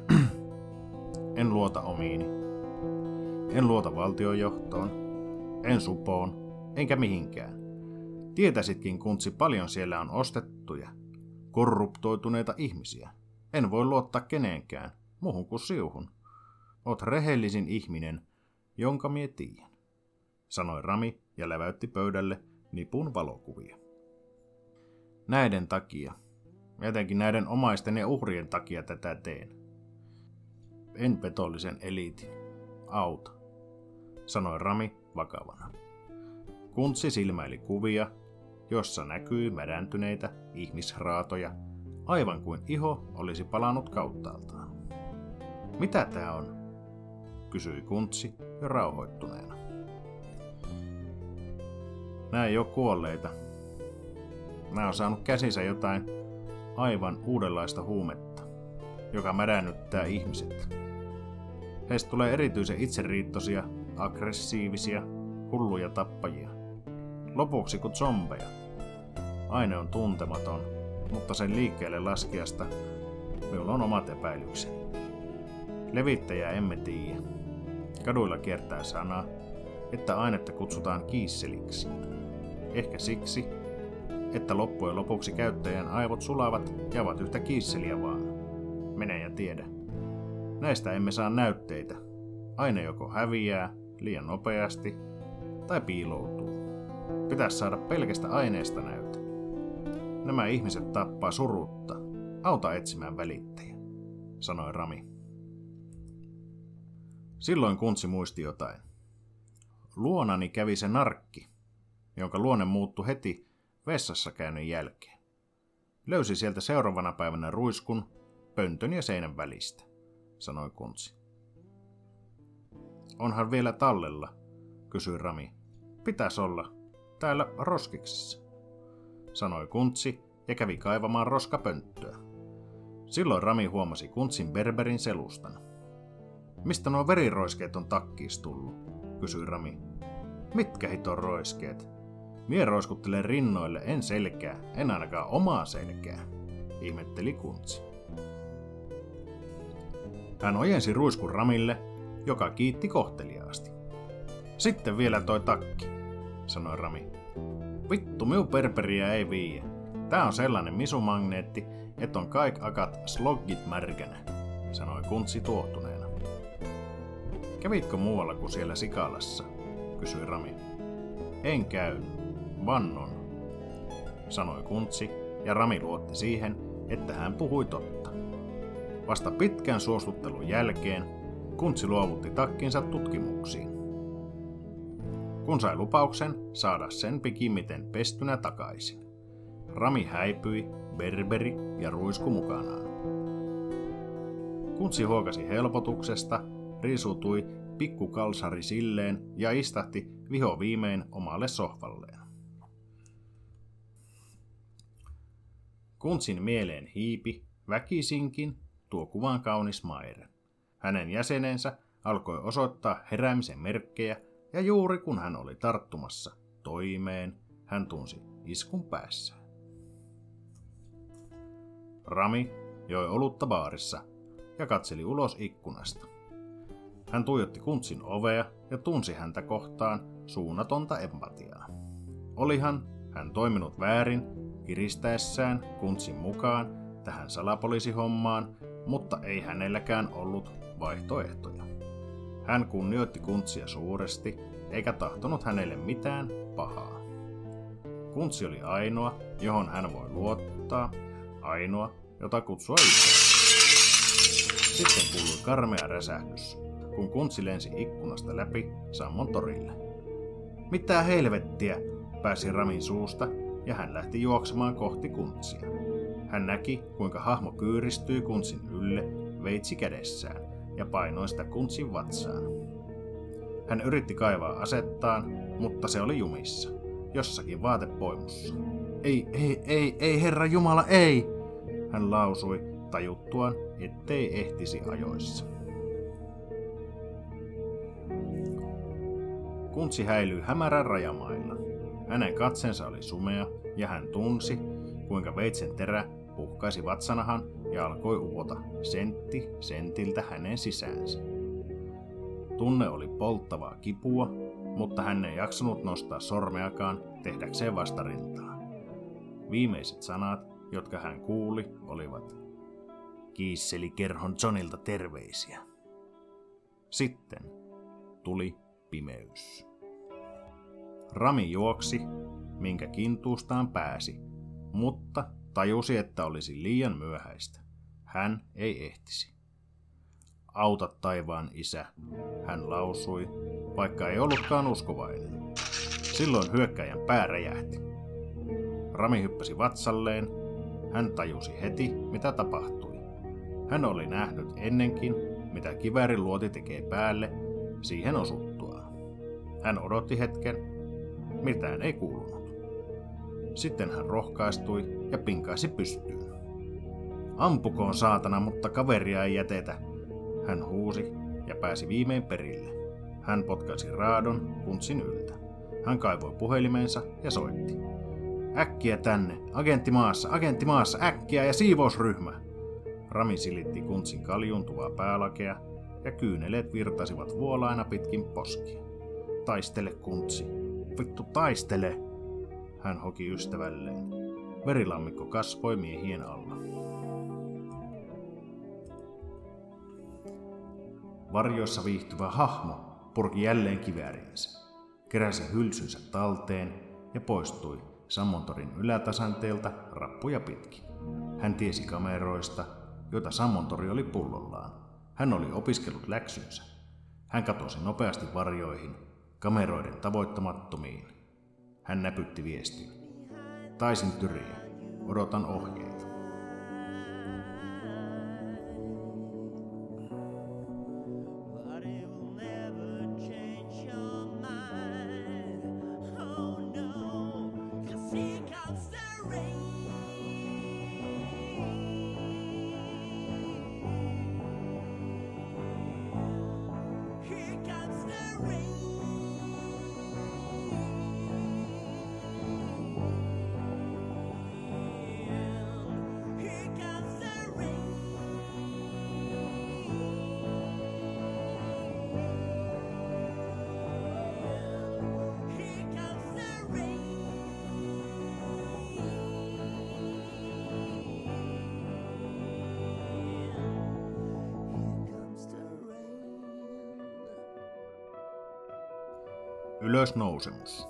en luota omiini. En luota valtiojohtoon, en supoon, enkä mihinkään. Tietäisitkin, Kuntsi, paljon siellä on ostettuja, korruptoituneita ihmisiä. En voi luottaa keneenkään, muuhun kuin siuhun. Oot rehellisin ihminen, jonka mie tiedän, sanoi Rami ja läväytti pöydälle nipun valokuvia. Näiden takia, etenkin näiden omaisten ja uhrien takia tätä teen. En petollisen eliitin auta, sanoi Rami vakavana. Kuntsi silmäili kuvia, jossa näkyi mädäntyneitä ihmisraatoja, aivan kuin iho olisi palannut kauttaaltaan. Mitä tää on? Kysyi Kuntsi jo rauhoittuneena. Nää ei oo kuolleita. Nää on saanut käsinsä jotain aivan uudenlaista huumetta, joka mädännyttää ihmiset. Heistä tulee erityisen itseriittoisia, aggressiivisia, hulluja tappajia. Lopuksi kuin zombeja. Aine on tuntematon, mutta sen liikkeelle laskijasta minulla on omat epäilykseni. Levittäjää emme tiedä. Kaduilla kiertää sana, että ainetta kutsutaan kiisseliksi. Ehkä siksi, että loppujen lopuksi käyttäjän aivot sulavat ja ovat yhtä kiisseliä vaan. Mene ja tiedä. Näistä emme saa näytteitä. Aine joko häviää liian nopeasti tai piiloutuu. Pitäisi saada pelkästä aineesta näyte. Nämä ihmiset tappaa surutta. Auta etsimään välittäjä, sanoi Rami. Silloin Kuntsi muisti jotain. luonani kävi se narkki, jonka luonne muuttui heti vessassa käynnin jälkeen. Löysi sieltä seuraavana päivänä ruiskun pöntön ja seinän välistä, sanoi Kuntsi. Onhan vielä tallella, kysyi Rami. Pitäis olla, täällä roskiksessa, sanoi Kuntsi ja kävi kaivamaan roskapönttöä. Silloin Rami huomasi Kuntsin berberin selustan. Mistä nuo veriroiskeet on takkiis tullut, kysyi Rami. Mitkä hiton roiskeet? Mie roiskuttelen rinnoille, en selkää, en ainakaan omaa selkää, ihmetteli Kuntsi. Hän ojensi ruiskun Ramille, joka kiitti kohteliaasti. Sitten vielä toi takki, sanoi Rami. Vittu, minun berberiä ei viie. Tää on sellainen misumagneetti, et on kaik akat sloggit märkänä, sanoi Kuntsi tuohtuneena. Kävitkö muualla kuin siellä Sikalassa, kysyi Rami. En käy, vannon, sanoi Kuntsi, ja Rami luotti siihen, että hän puhui totta. Vasta pitkän suostuttelun jälkeen Kuntsi luovutti takkinsa tutkimuksiin. Kun sai lupauksen saada sen pikimmiten pestynä takaisin, Rami häipyi, berberi ja ruisku mukanaan. Kuntsi huokasi helpotuksesta, riisutui pikkukalsari silleen ja istahti viho viimein omalle sohvalleen. Kuntsin mieleen hiipi väkisinkin tuo kuvan kaunis Maire. Hänen jäsenensä alkoi osoittaa heräämisen merkkejä, ja juuri kun hän oli tarttumassa toimeen, hän tunsi iskun päässään. Rami joi olutta baarissa ja katseli ulos ikkunasta. Hän tuijotti Kuntsin ovea ja tunsi häntä kohtaan suunnatonta empatiaa. Olihan hän toiminut väärin kiristäessään Kuntsin mukaan tähän salapoliisihommaan, mutta ei hänelläkään ollut vaihtoehtoja. Hän kunnioitti Kuntsia suuresti, eikä tahtonut hänelle mitään pahaa. Kuntsi oli ainoa, johon hän voi luottaa, ainoa, jota kutsua itse. Sitten kuului karmea räsähdys, kun Kuntsi lensi ikkunasta läpi Sammon torille. Mitä helvettiä, pääsi Ramin suusta, ja hän lähti juoksemaan kohti Kuntsia. Hän näki, kuinka hahmo kyyristyi Kuntsin ylle veitsi kädessään ja painoi sitä Kuntsin vatsaan. Hän yritti kaivaa asettaan, mutta se oli jumissa, jossakin vaatepoimussa. Ei, herra Jumala, ei! Hän lausui tajuttuaan, ettei ehtisi ajoissa. Kuntsi häilyi hämärän rajamailla. Hänen katsensa oli sumea ja hän tunsi, kuinka veitsen terä puhkaisi vatsanahan ja alkoi upota sentti sentiltä hänen sisäänsä. Tunne oli polttavaa kipua, mutta hän ei jaksanut nostaa sormeakaan tehdäkseen vastarintaa. Viimeiset sanat, jotka hän kuuli, olivat "Kiisseli Kerhon Johnilta terveisiä." Sitten tuli pimeys. Rami juoksi, minkä kintuustaan pääsi, mutta tajusi, että olisi liian myöhäistä. Hän ei ehtisi. "Auta taivaan isä", hän lausui, vaikka ei ollutkaan uskovainen. Silloin hyökkäjän pää räjähti. Rami hyppäsi vatsalleen. Hän tajusi heti, mitä tapahtui. Hän oli nähnyt ennenkin, mitä kiväärin luoti tekee päälle siihen osuttua. Hän odotti hetken. Mitään ei kuulunut. Sitten hän rohkaistui ja pinkaisi pystyyn. "Ampukoon saatana, mutta kaveria ei jätetä", hän huusi ja pääsi viimein perille. Hän potkaisi raadon Kuntsin yltä. Hän kaivoi puhelimensa ja soitti. "Äkkiä tänne! Agentti maassa, äkkiä ja siivousryhmä!" Rami silitti Kuntsin kaljuntuvaa päälakea ja kyyneleet virtasivat vuolaina pitkin poskia. "Taistele, Kuntsi! Vittu, taistele!" hän hoki ystävälleen. Verilammikko kasvoi miehien alla. Varjoissa viihtyvä hahmo purki jälleen kiväärinsä, keräsi hylsynsä talteen ja poistui Sammontorin ylätasanteelta rappuja pitkin. Hän tiesi kameroista, joita Sammontori oli pullollaan. Hän oli opiskellut läksynsä. Hän katosi nopeasti varjoihin, kameroiden tavoittamattomiin. Hän näpytti viestin. Taisin tyriä. Odotan ohjeita. Ylösnousemus.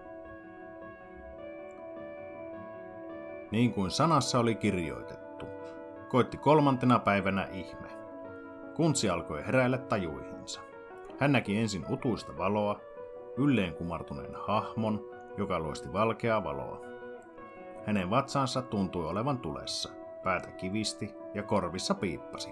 Niin kuin sanassa oli kirjoitettu, koitti 3. päivänä ihme. Kuntsi alkoi heräillä tajuihinsa. Hän näki ensin utuista valoa, ylleen kumartuneen hahmon, joka loisti valkeaa valoa. Hänen vatsansa tuntui olevan tulessa, päätä kivisti ja korvissa piippasi.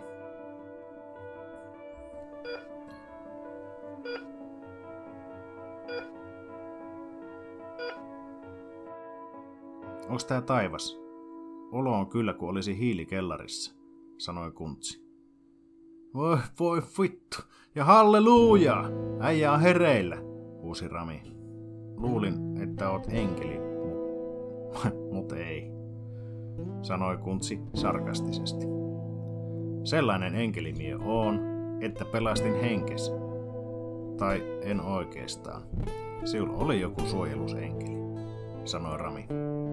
Onks tää taivas? Olo on kyllä, kun olisi hiilikellarissa, sanoi Kuntsi. Voi vittu, ja halleluujaa! Äijä on hereillä, huusi Rami. Luulin, että oot enkeli, mut ei, sanoi Kuntsi sarkastisesti. Sellainen enkelimie oon, että pelastin henkes. Tai en oikeastaan. Sinulla oli joku suojelusenkeli, sanoi Rami.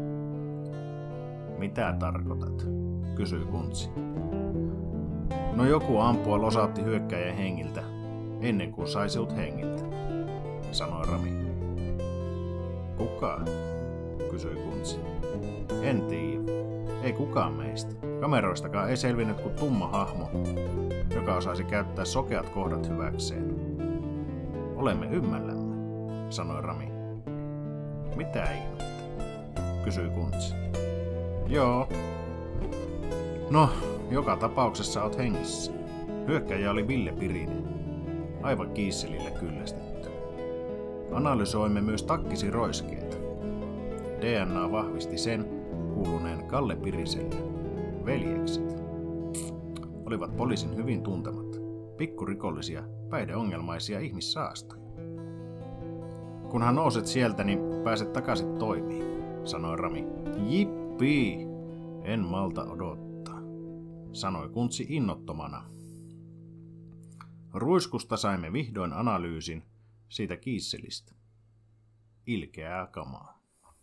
Mitä tarkoitat? Kysyi Kuntsi. No joku ampua losautti hyökkäjän hengiltä, ennen kuin sai sinut hengiltä, sanoi Rami. Kuka? Kysyi Kuntsi. En tiedä. Ei kukaan meistä. Kameroistakaan ei selvinnyt kuin tumma hahmo, joka osaisi käyttää sokeat kohdat hyväkseen. Olemme ymmällämme, sanoi Rami. Mitä ihmettä? Kysyi Kuntsi. Joo. No, joka tapauksessa oot hengissä. Hyökkäjä oli Ville Pirinen. Aivan kiisselillä kyllästetty. Analysoimme myös takkisi roiskeita. DNA vahvisti sen kuuluneen Kalle Piriselle. Veljekset. Olivat poliisin hyvin tuntemat. Pikkurikollisia, päihdeongelmaisia ihmissaastoja. Kunhan nouset sieltä, niin pääset takaisin toimiin, sanoi Rami. Jippii! En malta odottaa, sanoi Kuntsi innottomana. Ruiskusta saimme vihdoin analyysin siitä kiisselistä. Ilkeää kamaa.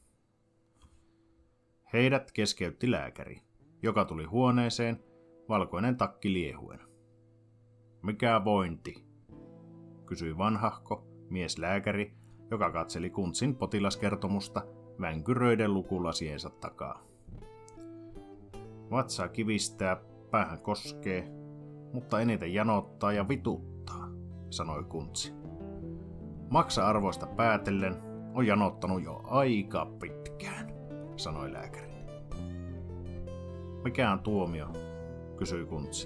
Heidät keskeytti lääkäri, joka tuli huoneeseen, valkoinen takki liehuen. Mikä vointi? Kysyi vanhahko mieslääkäri, joka katseli Kuntsin potilaskertomusta vänkyröiden lukulasiensa takaa. Vatsaa kivistää, päähän koskee, mutta eniten janottaa ja vituttaa, sanoi Kuntsi. Maksa-arvoista päätellen on janottanut jo aika pitkään, sanoi lääkäri. Mikä on tuomio? Kysyi Kuntsi.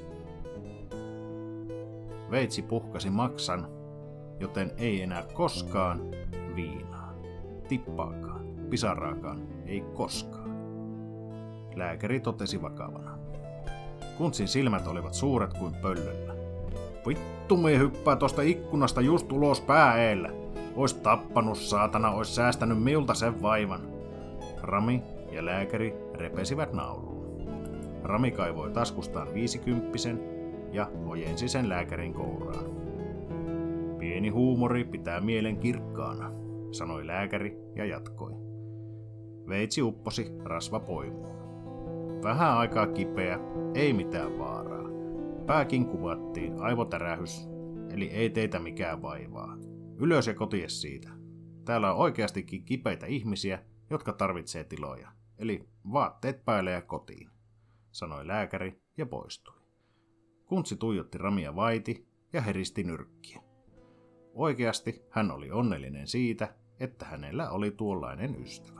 Veitsi puhkasi maksan, joten ei enää koskaan viinaa. Tippaakaan, pisaraakaan, ei koskaan. Lääkäri totesi vakavana. Kuntsin silmät olivat suuret kuin pöllöllä. Vittu, me hyppää tosta ikkunasta just ulos pää-eellä. Ois tappanut saatana, ois säästänyt miulta sen vaivan. Rami ja lääkäri repesivät nauluun. Rami kaivoi taskustaan 50 ja ojensi sen lääkärin kouraan. Pieni huumori pitää mielen kirkkaana, sanoi lääkäri ja jatkoi. Veitsi upposi rasvapoimuun. Vähän aikaa kipeä, ei mitään vaaraa. Pääkin kuvattiin, aivotärähys, eli ei teitä mikään vaivaa. Ylös ja koties siitä. Täällä on oikeastikin kipeitä ihmisiä, jotka tarvitsee tiloja, eli vaatteet päälle ja kotiin, sanoi lääkäri ja poistui. Kuntsi tuijotti Ramia vaiti ja heristi nyrkkiä. Oikeasti hän oli onnellinen siitä, että hänellä oli tuollainen ystävä.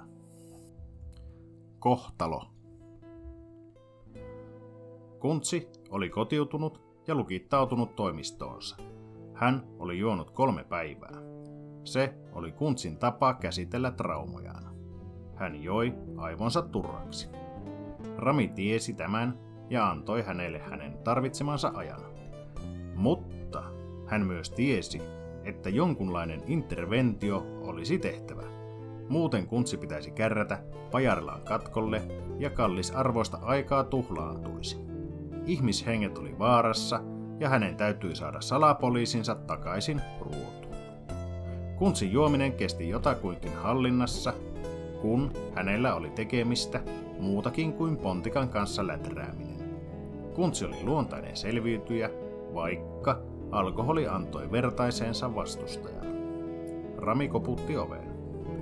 Kohtalo. Kuntsi oli kotiutunut ja lukittautunut toimistoonsa. Hän oli juonut 3 päivää. Se oli Kuntsin tapa käsitellä traumojaan. Hän joi aivonsa turraksi. Rami tiesi tämän ja antoi hänelle hänen tarvitsemansa ajan. Mutta hän myös tiesi, että jonkunlainen interventio olisi tehtävä. Muuten Kuntsi pitäisi kärrätä pajarillaan katkolle ja kallisarvoista aikaa tuhlaantuisi. Ihmishenget oli vaarassa ja hänen täytyi saada salapoliisinsa takaisin ruotuun. Kuntsin juominen kesti jotakuinkin hallinnassa, kun hänellä oli tekemistä muutakin kuin pontikan kanssa läträäminen. Kuntsi oli luontainen selviytyjä, vaikka alkoholi antoi vertaiseensa vastustajan. Rami koputti oveen.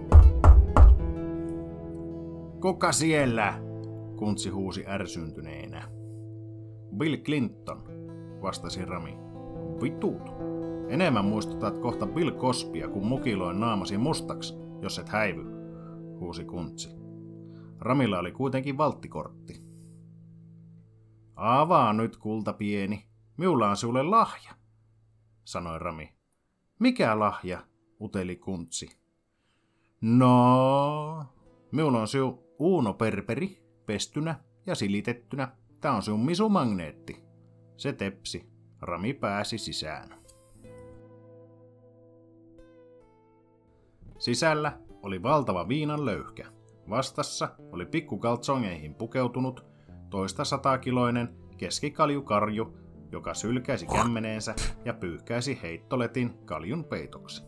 Kuka siellä? Kuntsi huusi ärsyntyneenä. Bill Clinton, vastasi Rami. Vitut. Enemmän muistutat kohta Bill Cosbya, kun mukiloin naamasi mustaksi, jos et häivy, huusi Kuntsi. Ramilla oli kuitenkin valttikortti. Avaa nyt, kulta pieni. Minulla on sinulle lahja, sanoi Rami. Mikä lahja? Uteli Kuntsi. No, minulla on sinun Uno Perperi pestynä ja silitettynä. Tää on sinun misumagneetti. Se tepsi. Rami pääsi sisään. Sisällä oli valtava viinan löyhkä. Vastassa oli pikkukaltsongeihin pukeutunut 200-kiloinen keskikaljukarju, joka sylkäisi kämmeneensä ja pyyhkäisi heittoletin kaljun peitoksi.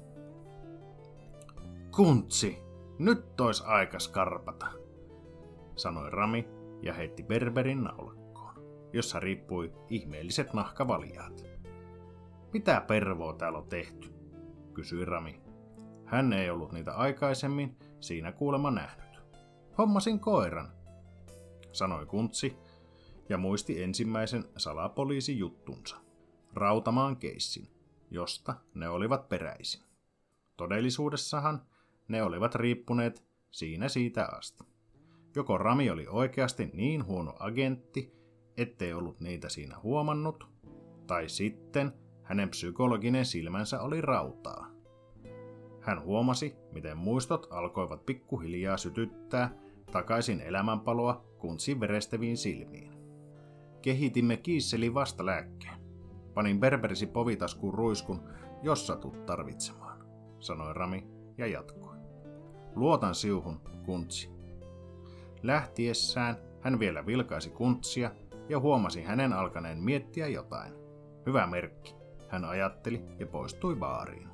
Kuntsi, nyt ois aika skarpata, sanoi Rami ja heitti Berberin naulakkoon, jossa riippui ihmeelliset nahkavaljaat. Mitä pervoa täällä on tehty, kysyi Rami. Hän ei ollut niitä aikaisemmin siinä kuulemma nähnyt. Hommasin koiran, sanoi Kuntsi ja muisti ensimmäisen salapoliisijuttunsa, Rautamaan keissin, josta ne olivat peräisin. Todellisuudessahan ne olivat riippuneet siinä siitä asti. Joko Rami oli oikeasti niin huono agentti, ettei ollut niitä siinä huomannut, tai sitten hänen psykologinen silmänsä oli rautaa. Hän huomasi, miten muistot alkoivat pikkuhiljaa sytyttää takaisin elämänpaloa Kuntsin verestäviin silmiin. Kehitimme kiisselin vastalääkkeen. Panin Berberisi povitaskuun ruiskun, jos satut tarvitsemaan, sanoi Rami ja jatkoi. Luotan siuhun, Kuntsi. Lähtiessään hän vielä vilkaisi Kuntsia ja huomasi hänen alkaneen miettiä jotain. Hyvä merkki, hän ajatteli ja poistui baariin.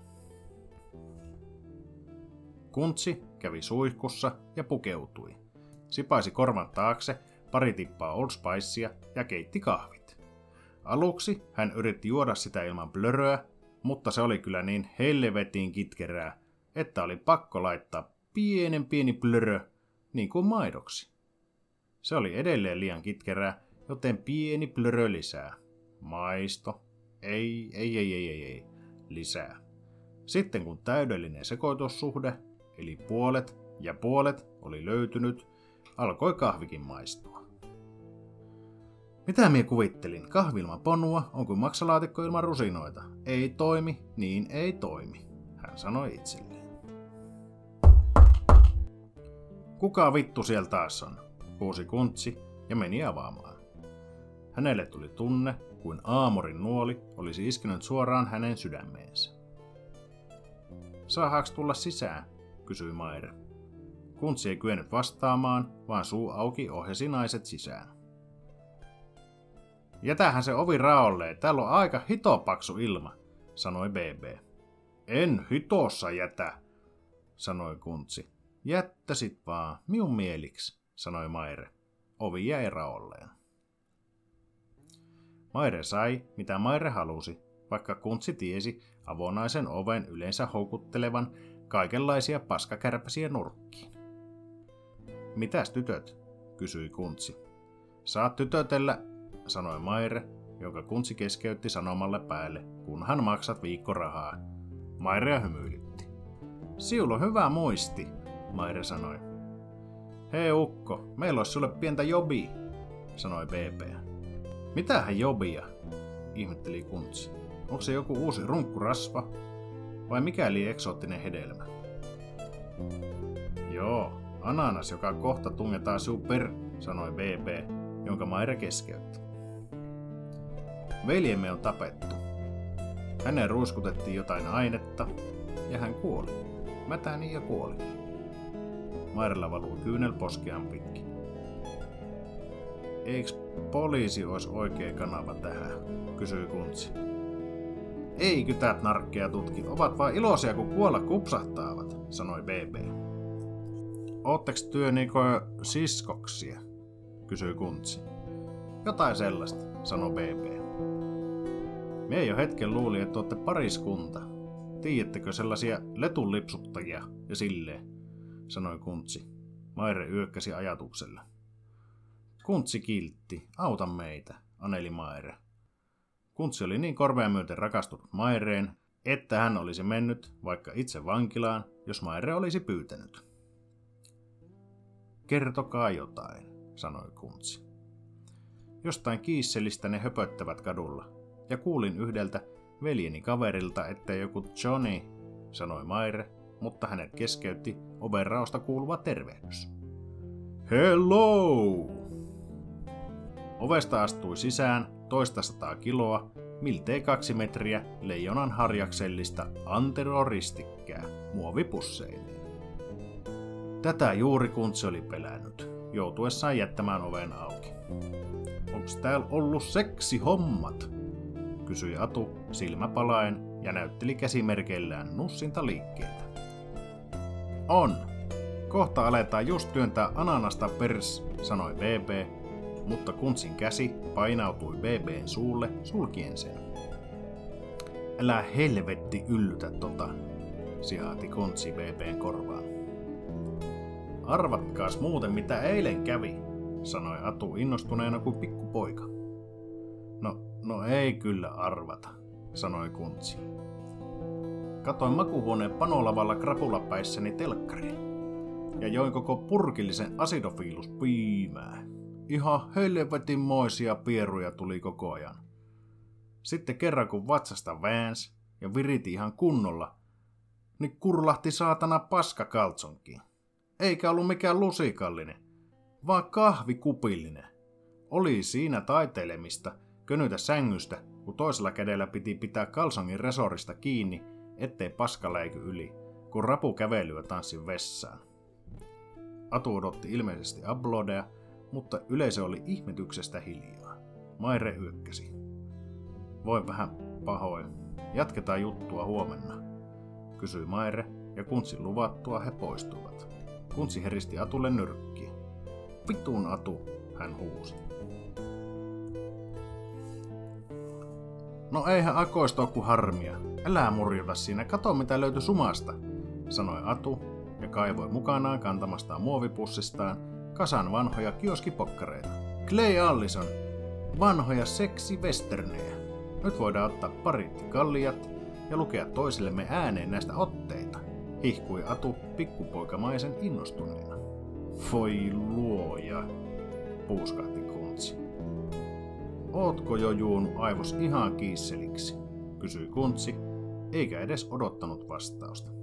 Kuntsi kävi suihkussa ja pukeutui. Sipaisi korvan taakse pari tippaa Old Spicea ja keitti kahvit. Aluksi hän yritti juoda sitä ilman blöröä, mutta se oli kyllä niin helvetin kitkerää, että oli pakko laittaa pieni blörö, niin kuin maidoksi. Se oli edelleen liian kitkerää, joten pieni blörö lisää. Maisto. Ei. Lisää. Sitten kun täydellinen sekoitussuhde, eli puolet ja puolet oli löytynyt, alkoi kahvikin maistua. Mitä minä kuvittelin? Kahvi ilman ponua on kuin maksalaatikko ilman rusinoita. Ei toimi, niin ei toimi, hän sanoi itselleen. Kuka vittu siellä taas on? Huusi Kuntsi ja meni avaamaan. Hänelle tuli tunne, kuin aamurin nuoli olisi iskenyt suoraan hänen sydämeensä. Saahaaks tulla sisään? Kysyi Maire. Kuntsi ei kyennyt vastaamaan, vaan suu auki ohjasi naiset sisään. Jätähän se ovi raolleen, täällä on aika hitopaksu ilma, sanoi BB. En hitossa jätä, sanoi Kuntsi. Jättäsit vaan, minun mieliksi, sanoi Maire. Ovi jäi raolleen. Maire sai, mitä Maire halusi, vaikka Kuntsi tiesi avonaisen oven yleensä houkuttelevan kaikenlaisia paskakärpäsiä nurkkiin. Mitäs tytöt? Kysyi Kuntsi. Saat tytötellä, sanoi Maire, jonka Kuntsi keskeytti sanomalle päälle, kunhan maksat viikkorahaa. Mairea hymyilytti. Siulla on hyvä muisti, Maire sanoi. Hei ukko, meillä olisi sulle pientä jobia, sanoi BP. Mitähän jobia, ihmetteli Kuntsi. Onko se joku uusi runkkurasva vai mikäli eksoottinen hedelmä? Joo, ananas, joka kohta tungetaan super, sanoi BP, jonka Maire keskeytti. Veljemme on tapettu. Hänen ruiskutettiin jotain ainetta ja hän kuoli. Mätäni ja kuoli. Mairella valui kyynel poskeaan pitkin. Eiks poliisi olisi oikea kanava tähän, kysyi Kuntsi. Ei kytät narkkeja tutkit, ovat vaan iloisia kun kuolla kupsahtaavat, sanoi BP. Ootteks työ niinku siskoksia, kysyi Kuntsi. Jotain sellaista, sanoi BP. Mie jo hetken luulin, että ootte pariskunta. Tiedättekö sellaisia letunlipsuttajia ja silleen, sanoi Kuntsi. Maire yökkäsi ajatuksella. Kuntsi kiltti, auta meitä, aneli Maire. Kuntsi oli niin korvea myöten rakastunut Maireen, että hän olisi mennyt vaikka itse vankilaan, jos Maire olisi pyytänyt. Kertokaa jotain, sanoi Kuntsi. Jostain kiisselistä ne höpöttävät kadulla, ja kuulin yhdeltä veljeni kaverilta, että joku Johnny, sanoi Maire, mutta hänet keskeytti oven raosta kuuluva tervehdys. Hello! Ovesta astui sisään 200 kiloa, miltei 2 metriä leijonan harjaksellista anteroristikkää muovipusseineen. Tätä juuri Kuntsi oli pelännyt, joutuessaan jättämään oven auki. Onks täällä ollut seksihommat? Kysyi Atu silmäpalaen ja näytteli käsimerkeillään nussinta liikkeitä. On. Kohta aletaan just työntää ananasta pers, sanoi BB, mutta Kuntsin käsi painautui BBn suulle sulkien sen. Älä helvetti yllytä tota, sihaati Kuntsi BBn korvaan. Arvatkaas muuten mitä eilen kävi, sanoi Atu innostuneena kuin pikkupoika. No ei kyllä arvata, sanoi Kuntsi. Katoin makuuhuoneen panolavalla krapulapäissäni telkkariin ja join koko purkillisen acidophilus-piimää. Ihan helvetinmoisia pieruja tuli koko ajan. Sitten kerran kun vatsasta väänsi ja viriti ihan kunnolla, niin kurlahti saatana paskakaltsonkin. Eikä ollut mikään lusikallinen, vaan kahvikupillinen. Oli siinä taiteilemista könytä sängystä, kun toisella kädellä piti pitää kalsongin resorista kiinni, ettei paska läiky yli, kun rapu kävelyä tanssi vessaan. Atu odotti ilmeisesti uploadeja, mutta yleisö oli ihmetyksestä hiljaa. Maire hyökkäsi. Voi vähän pahoin. Jatketaan juttua huomenna, kysyi Maire, ja Kuntsin luvattua he poistuivat. Kuntsi heristi Atulle nyrkkiä. Vitun Atu, hän huusi. No eihän akoista oo ku harmia. Älä murjota siinä, kato mitä löytyi sumasta, sanoi Atu ja kaivoi mukanaan kantamastaan muovipussistaan kasan vanhoja kioskipokkareita. Clay Allison, vanhoja seksi-westernejä. Nyt voidaan ottaa parit kalliat ja lukea toisillemme ääneen näistä otteita, hihkui Atu pikkupoikamaisen innostuneena. Voi luoja, puuskahti Kuntsi. Ootko jo juonut aivos ihan kiisseliksi, kysyi Kuntsi, eikä edes odottanut vastausta.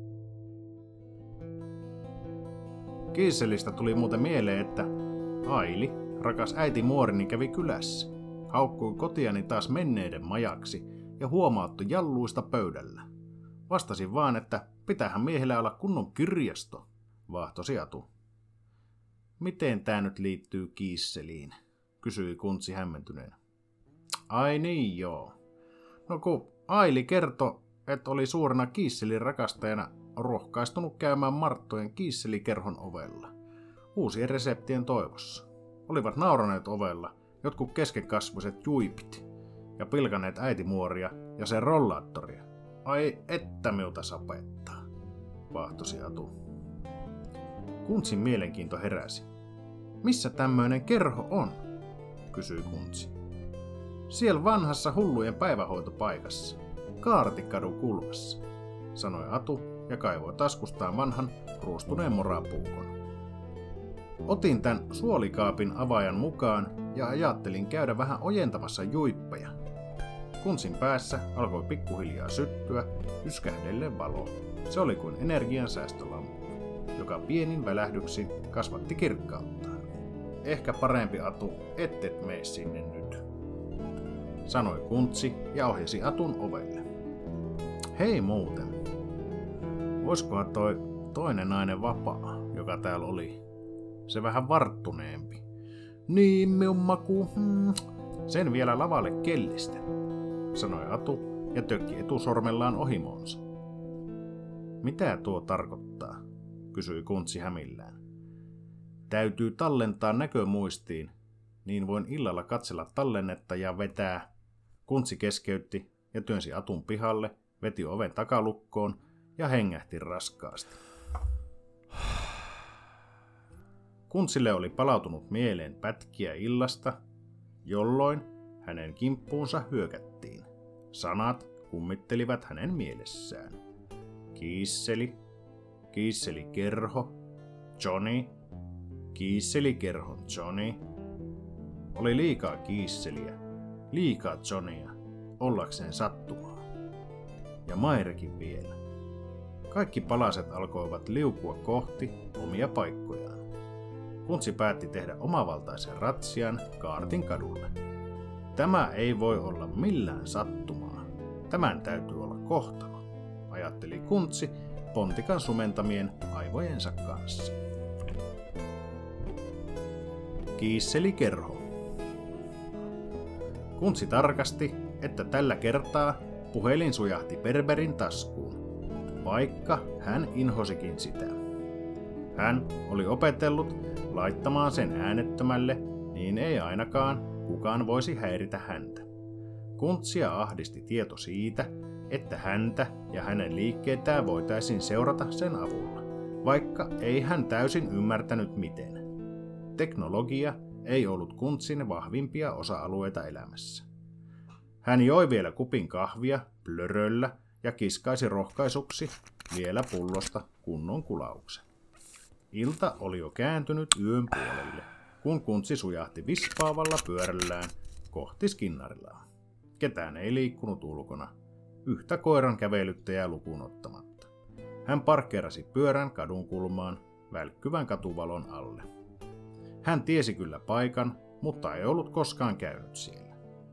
Kiisselistä tuli muuten mieleen, että Aili, rakas äiti muorini, kävi kylässä. Haukkui kotiani taas menneiden majaksi ja huomautti jalluista pöydällä. Vastasin vaan, että pitäähän miehellä olla kunnon kirjasto, vaahtosi Atu. Miten tää nyt liittyy kiisseliin, kysyi Kuntsi hämmentyneenä. Ai niin joo. No kun Aili kertoi, että oli suurena kiisselin rakastajana rohkaistunut käymään Marttojen kiisselikerhon ovella. Uusien reseptien toivossa. Olivat nauraneet ovella jotkut keskenkasvuiset juipit ja pilkaneet äitimuoria ja sen rollaattoria. Ai että minulta sapettaa, vaahtosi Atu. Kuntsin mielenkiinto heräsi. Missä tämmöinen kerho on, kysyi Kuntsi. Siellä vanhassa hullujen päivähoitopaikassa, Kaartikadun kulmassa. sanoi Atu ja kaivoi taskustaan vanhan ruostuneen morapuukon. Otin tän suolikaapin avaajan mukaan ja ajattelin käydä vähän ojentamassa juippeja. Kuntsin päässä alkoi pikkuhiljaa syttyä yskähdellen valo. Se oli kuin energiansäästölamppu, joka pienin välähdyksin kasvatti kirkkauttaan. Ehkä parempi, Atu, ettet mene sinne nyt, sanoi Kuntsi ja ohjasi Atun ovelle. Hei muuten, voisikohan toi toinen nainen vapaa, joka täällä oli? Se vähän varttuneempi. Niin, minun maku. Sen vielä lavalle kellistä, sanoi Atu ja tökki etusormellaan ohimoonsa. Mitä tuo tarkoittaa, kysyi Kuntsi hämillään. Täytyy tallentaa näkömuistiin, niin voin illalla katsella tallennetta ja vetää. Kuntsi keskeytti ja työnsi Atun pihalle, veti oven takalukkoon ja hengähti raskaasti. Kuntsille oli palautunut mieleen pätkiä illasta, jolloin hänen kimppuunsa hyökättiin. Sanat kummittelivat hänen mielessään. Kiisseli, kiisselikerho, Johnny, kiisselikerhon Johnny. Oli liikaa kiisseliä, liikaa Johnya, ollakseen sattumaa. Ja Mairekin vielä. Kaikki palaset alkoivat liukua kohti omia paikkojaan. Kuntsi päätti tehdä omavaltaisen ratsian Kaartin kadulle. Tämä ei voi olla millään sattumaa. Tämän täytyy olla kohtalo, ajatteli Kuntsi pontikan sumentamien aivojensa kanssa. Kiisselikerho. Kuntsi tarkasti, että tällä kertaa puhelin sujahti Berberin taskuun, vaikka hän inhosikin sitä. Hän oli opetellut laittamaan sen äänettömälle, niin ei ainakaan kukaan voisi häiritä häntä. Kuntsia ahdisti tieto siitä, että häntä ja hänen liikkeitään voitaisiin seurata sen avulla, vaikka ei hän täysin ymmärtänyt miten. Teknologia ei ollut Kuntsin vahvimpia osa-alueita elämässä. Hän joi vielä kupin kahvia plöröllä ja kiskaisi rohkaisuksi vielä pullosta kunnon kulauksen. Ilta oli jo kääntynyt yön puolelle, kun Kuntsi sujahti vispaavalla pyörällään kohti Skinnarilaa. Ketään ei liikkunut ulkona, yhtä koiran kävelyttäjää lukuun ottamatta. Hän parkkeerasi pyörän kadun kulmaan välkkyvän katuvalon alle. Hän tiesi kyllä paikan, mutta ei ollut koskaan käynyt siellä.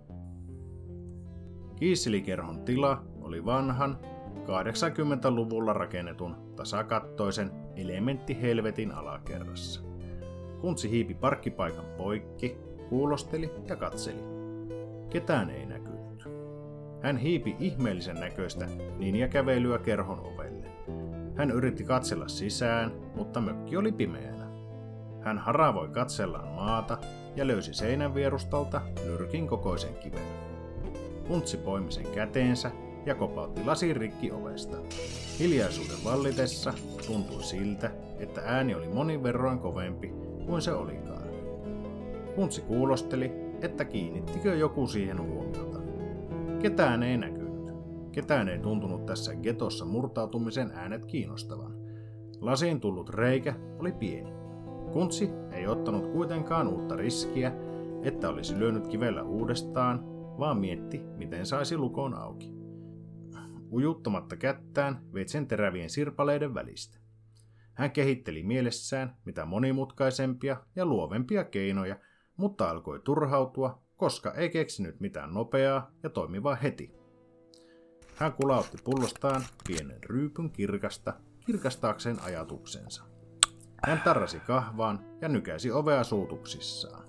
Kiisselikerhon tila oli vanhan, 80-luvulla rakennetun tasakattoisen elementtihelvetin alakerrassa. Kuntsi hiipi parkkipaikan poikki, kuulosteli ja katseli. Ketään ei näkynyt. Hän hiipi ihmeellisen näköistä linjakävelyä kerhon ovelle. Hän yritti katsella sisään, mutta mökki oli pimeänä. Hän haravoi katsellaan maata ja löysi seinän vierustalta nyrkin kokoisen kiven. Kuntsi poimi sen käteensä ja kopautti lasin rikki ovesta. Hiljaisuuden vallitessa tuntui siltä, että ääni oli monin verroin kovempi kuin se olikaan. Kuntsi kuulosteli, että kiinnittikö joku siihen huomiota. Ketään ei näkynyt. Ketään ei tuntunut tässä getossa murtautumisen äänet kiinnostavan. Lasiin tullut reikä oli pieni. Kuntsi ei ottanut kuitenkaan uutta riskiä, että olisi lyönyt kivellä uudestaan, vaan mietti, miten saisi lukon auki. Ujuttamatta kättään veit sen terävien sirpaleiden välistä. Hän kehitteli mielessään mitä monimutkaisempia ja luovempia keinoja, mutta alkoi turhautua, koska ei keksinyt mitään nopeaa ja toimivaa heti. Hän kulautti pullostaan pienen ryypyn kirkastaakseen ajatuksensa. Hän tarrasi kahvaan ja nykäisi ovea suutuksissaan.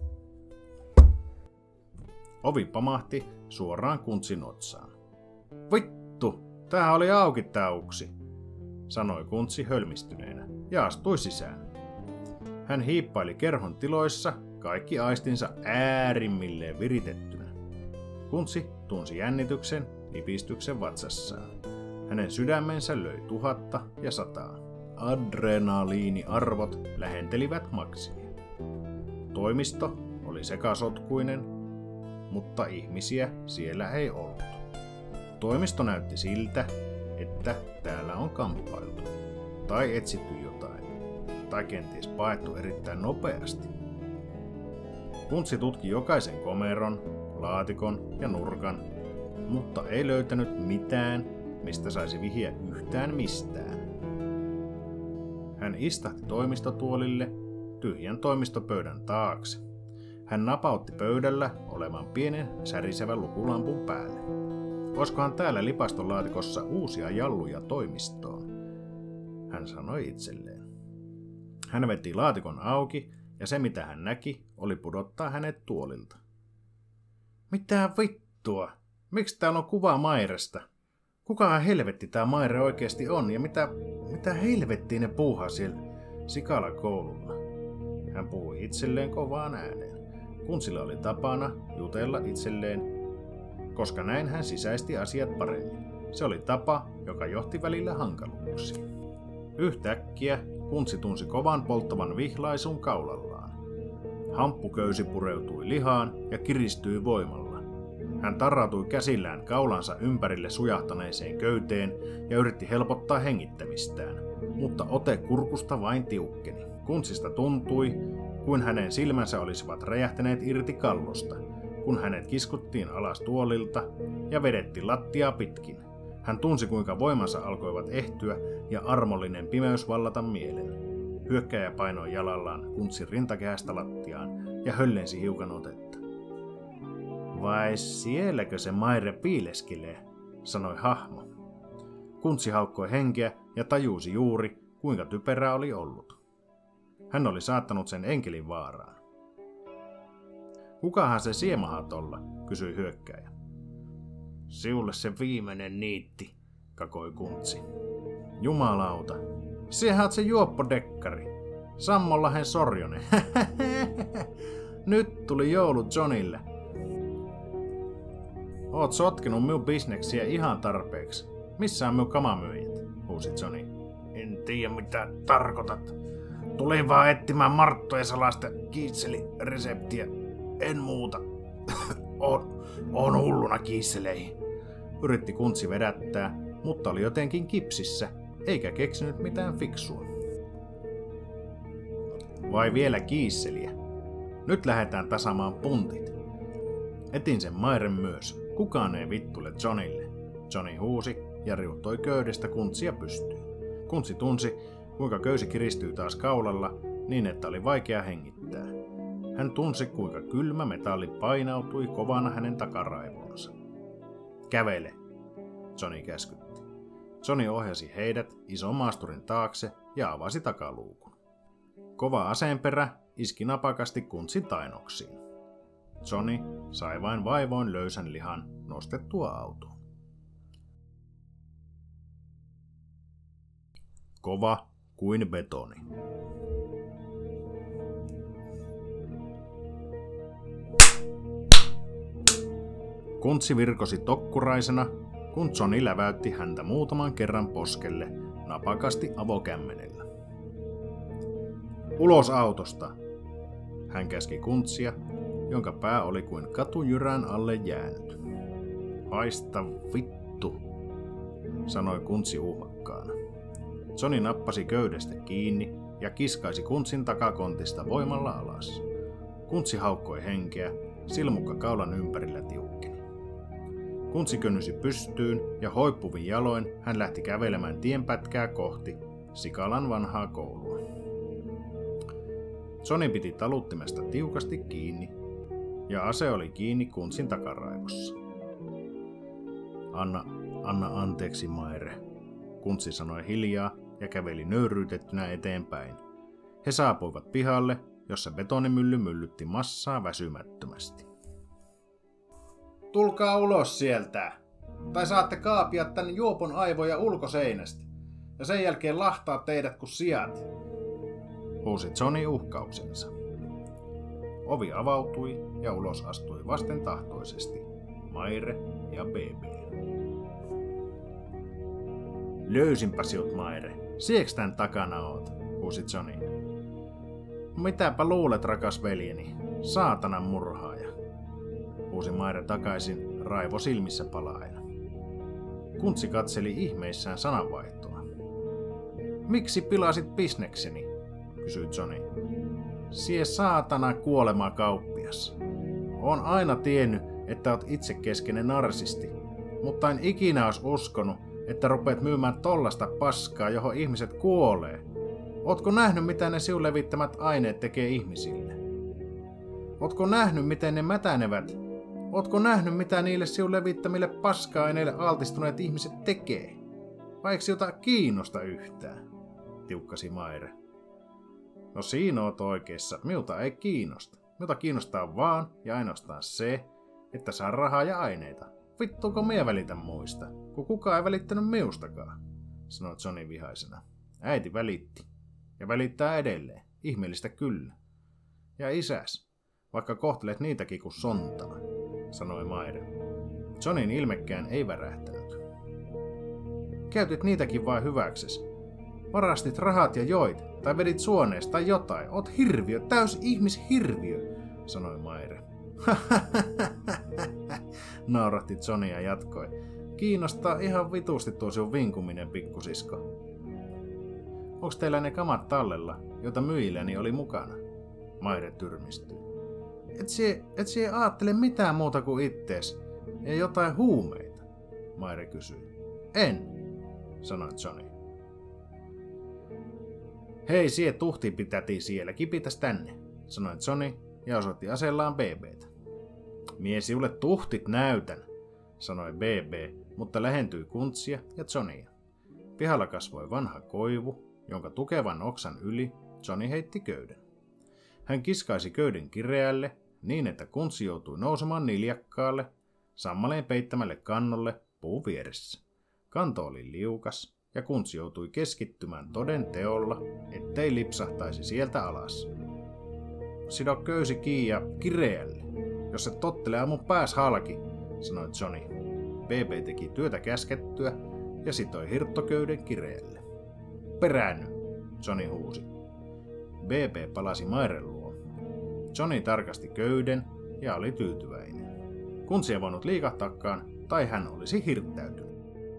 Ovi pamahti suoraan Kuntsin otsaan. Vittu, tää oli auki tää uksi, sanoi Kuntsi hölmistyneenä ja astui sisään. Hän hiippaili kerhon tiloissa, kaikki aistinsa äärimmilleen viritettynä. Kuntsi tunsi jännityksen nipistyksen vatsassaan. Hänen sydämensä löi 1000 ja 100. Adrenaliiniarvot lähentelivät maksimia. Toimisto oli sekasotkuinen, mutta ihmisiä siellä ei ollut. Toimisto näytti siltä, että täällä on kamppailtu, tai etsitty jotain, tai kenties paettu erittäin nopeasti. Kuntsi tutki jokaisen komeron, laatikon ja nurkan, mutta ei löytänyt mitään, mistä saisi vihjeä yhtään mistään. Hän istahti toimistotuolille tyhjän toimistopöydän taakse. Hän napautti pöydällä olevan pienen särisevän lukulampun päälle. Olisikohan täällä lipastolaatikossa uusia jalluja toimistoon? Hän sanoi itselleen. Hän veti laatikon auki ja se mitä hän näki oli pudottaa hänet tuolilta. Mitä vittua? Miksi täällä on kuva Mairesta? Kukahan helvetti tää Maire oikeasti on ja mitä helvettiä ne puuhaa siellä Sikala-koululla? Hän puhui itselleen kovaan ääneen. Kuntsilla oli tapana jutella itselleen, koska näin hän sisäisti asiat paremmin. Se oli tapa, joka johti välillä hankaluuksiin. Yhtäkkiä Kuntsi tunsi kovan polttavan vihlaisun kaulallaan. Hamppuköysi pureutui lihaan ja kiristyi voimalla. Hän tarrautui käsillään kaulansa ympärille sujahtaneeseen köyteen ja yritti helpottaa hengittämistään, mutta ote kurkusta vain tiukkeni. Kuntsista tuntui, kuin hänen silmänsä olisivat räjähtäneet irti kallosta, kun hänet kiskuttiin alas tuolilta ja vedettiin lattiaa pitkin. Hän tunsi, kuinka voimansa alkoivat ehtyä ja armollinen pimeys vallata mielen. Hyökkääjä painoi jalallaan Kuntsin rintakehästä lattiaan ja höllensi hiukan otetta. Vai sielläkö se Maire piileskelee, sanoi hahmo. Kuntsi haukkoi henkeä ja tajusi juuri, kuinka typerää oli ollut. Hän oli saattanut sen enkelin vaaraan. Kukahan se siemahat olla, kysyi hyökkääjä. Siulle se viimeinen niitti, kakoi Kuntsi. Jumalauta, siehän oot se juoppodekkari. Sammonlahden Sorjonen. Nyt tuli joulut Johnille. Oot sotkenut minun bisneksiä ihan tarpeeksi. Missä on minun kamamyyjät? Huusi Johnny. En tiedä mitä tarkoitat. Tulin vaan etsimään Marttojen salasta kiisselireseptiä. En muuta. on hulluna kiisseleihin. Yritti Kuntsi vedättää, mutta oli jotenkin kipsissä, eikä keksinyt mitään fiksua. Vai vielä kiisseliä? Nyt lähdetään tasaamaan puntit. Etin sen Mairen myös. Kukaan ei vittule Johnille. Johnny huusi ja riuttoi köydestä Kuntsia pystyyn. Kuntsi tunsi, kuinka köysi kiristyy taas kaulalla niin, että oli vaikea hengittää. Hän tunsi, kuinka kylmä metalli painautui kovana hänen takaraivoonsa. Kävele, Johnny käskytti. Johnny ohjasi heidät ison maasturin taakse ja avasi takaluukun. Kova aseenperä iski napakasti Kuntsin tainoksiin. Johnny sai vain vaivoin löysän lihan nostettua autoon. Kova kuin betoni. Kuntsi virkosi tokkuraisena, kun Johnny läväytti häntä muutaman kerran poskelle napakasti avokämmenellä. Ulos autosta! Hän käski Kuntsia, jonka pää oli kuin katujyrän alle jäänyt. Haista vittu, sanoi Kuntsi uhmakkaana. Johnny nappasi köydestä kiinni ja kiskaisi Kuntsin takakontista voimalla alas. Kuntsi haukkoi henkeä, silmukka kaulan ympärillä tiukkeni. Kuntsi könnysi pystyyn ja hoippuvin jaloin hän lähti kävelemään tienpätkää kohti Sikalan vanhaa koulua. Johnny piti taluttimesta tiukasti kiinni ja ase oli kiinni Kuntsin takaraivossa. Anna anteeksi, Maire, Kuntsi sanoi hiljaa ja käveli nöyryytettynä eteenpäin. He saapuivat pihalle, jossa betonimylly myllytti massaa väsymättömästi. Tulkaa ulos sieltä! Tai saatte kaapia tän juopon aivoja ulkoseinästä, ja sen jälkeen lahtaa teidät kuin siat, huusi Johnny uhkauksensa. Ovi avautui ja ulos astui vastentahtoisesti Maire ja BB. Löysinpä sinut, Maire. Sieks tän takana oot, huusi Johnny. Mitäpä luulet, rakas veljeni? Saatanan murhaaja, huusi Maire takaisin, raivo silmissä palaen. Kuntsi katseli ihmeissään sananvaihtoa. Miksi pilasit bisnekseni? Kysyi Johnny. Sie saatana kuolema kauppias. Oon aina tiennyt, että oot itsekeskeinen narsisti, mutta en ikinä ois uskonut, että rupeat myymään tollasta paskaa, johon ihmiset kuolee. Ootko nähnyt, mitä ne siun levittämät aineet tekee ihmisille? Ootko nähnyt, miten ne mätänevät? Ootko nähnyt, mitä niille siun levittämille paska-aineille altistuneet ihmiset tekee? Vai eikö jota kiinnosta yhtään? Tiukkasi Maire. No siinä oot oikeassa. Minulta ei kiinnosta. Minulta kiinnostaa vaan ja ainoastaan se, että saa rahaa ja aineita. Vittuuko mie välitä muista, kun kukaan ei välittänyt minustakaan, sanoi Johnny vihaisena. Äiti välitti. Ja välittää edelleen. Ihmeellistä kyllä. Ja isäs, vaikka kohtelet niitäkin kuin sontaa, sanoi Maire. Johnin ilmekään ei värähtänyt. Käytit niitäkin vain hyväkses. Varastit rahat ja joit, tai vedit suoneesta tai jotain. Oot hirviö, täys ihmishirviö, sanoi Maire. Naurahti Johnny ja jatkoi. Kiinnostaa ihan vitusti tuo sinun vinkuminen, pikkusisko. Onks teillä ne kamat tallella, joita myyjilläni oli mukana? Maire tyrmistyi. Et sie aattele mitään muuta kuin ittees. Ja jotain huumeita? Maire kysyi. En, sanoi Johnny. Hei, sie tuhtipitäti siellä, kipitäs tänne, sanoi Johnny ja osoitti aseellaan BB:tä. Mie sinulle tuhtit näytän, sanoi BB, mutta lähentyi Kuntsia ja Johnya. Pihalla kasvoi vanha koivu, jonka tukevan oksan yli Johnny heitti köyden. Hän kiskaisi köyden kireälle niin, että Kuntsi joutui nousemaan niljakkaalle, sammaleen peittämälle kannolle puun vieressä. Kanto oli liukas ja Kuntsi joutui keskittymään toden teolla, ettei lipsahtaisi sieltä alas. Sido köysi kiinni kireälle, jos et tottele mun pääs halki, sanoi Johnny. BB teki työtä käskettyä ja sitoi hirttoköyden kireälle. Peräänny, Johnny huusi. BB palasi Mairen luo. Johnny tarkasti köyden ja oli tyytyväinen. Kuntsi ei voinut liikahtaakaan, tai hän olisi hirttäytynyt.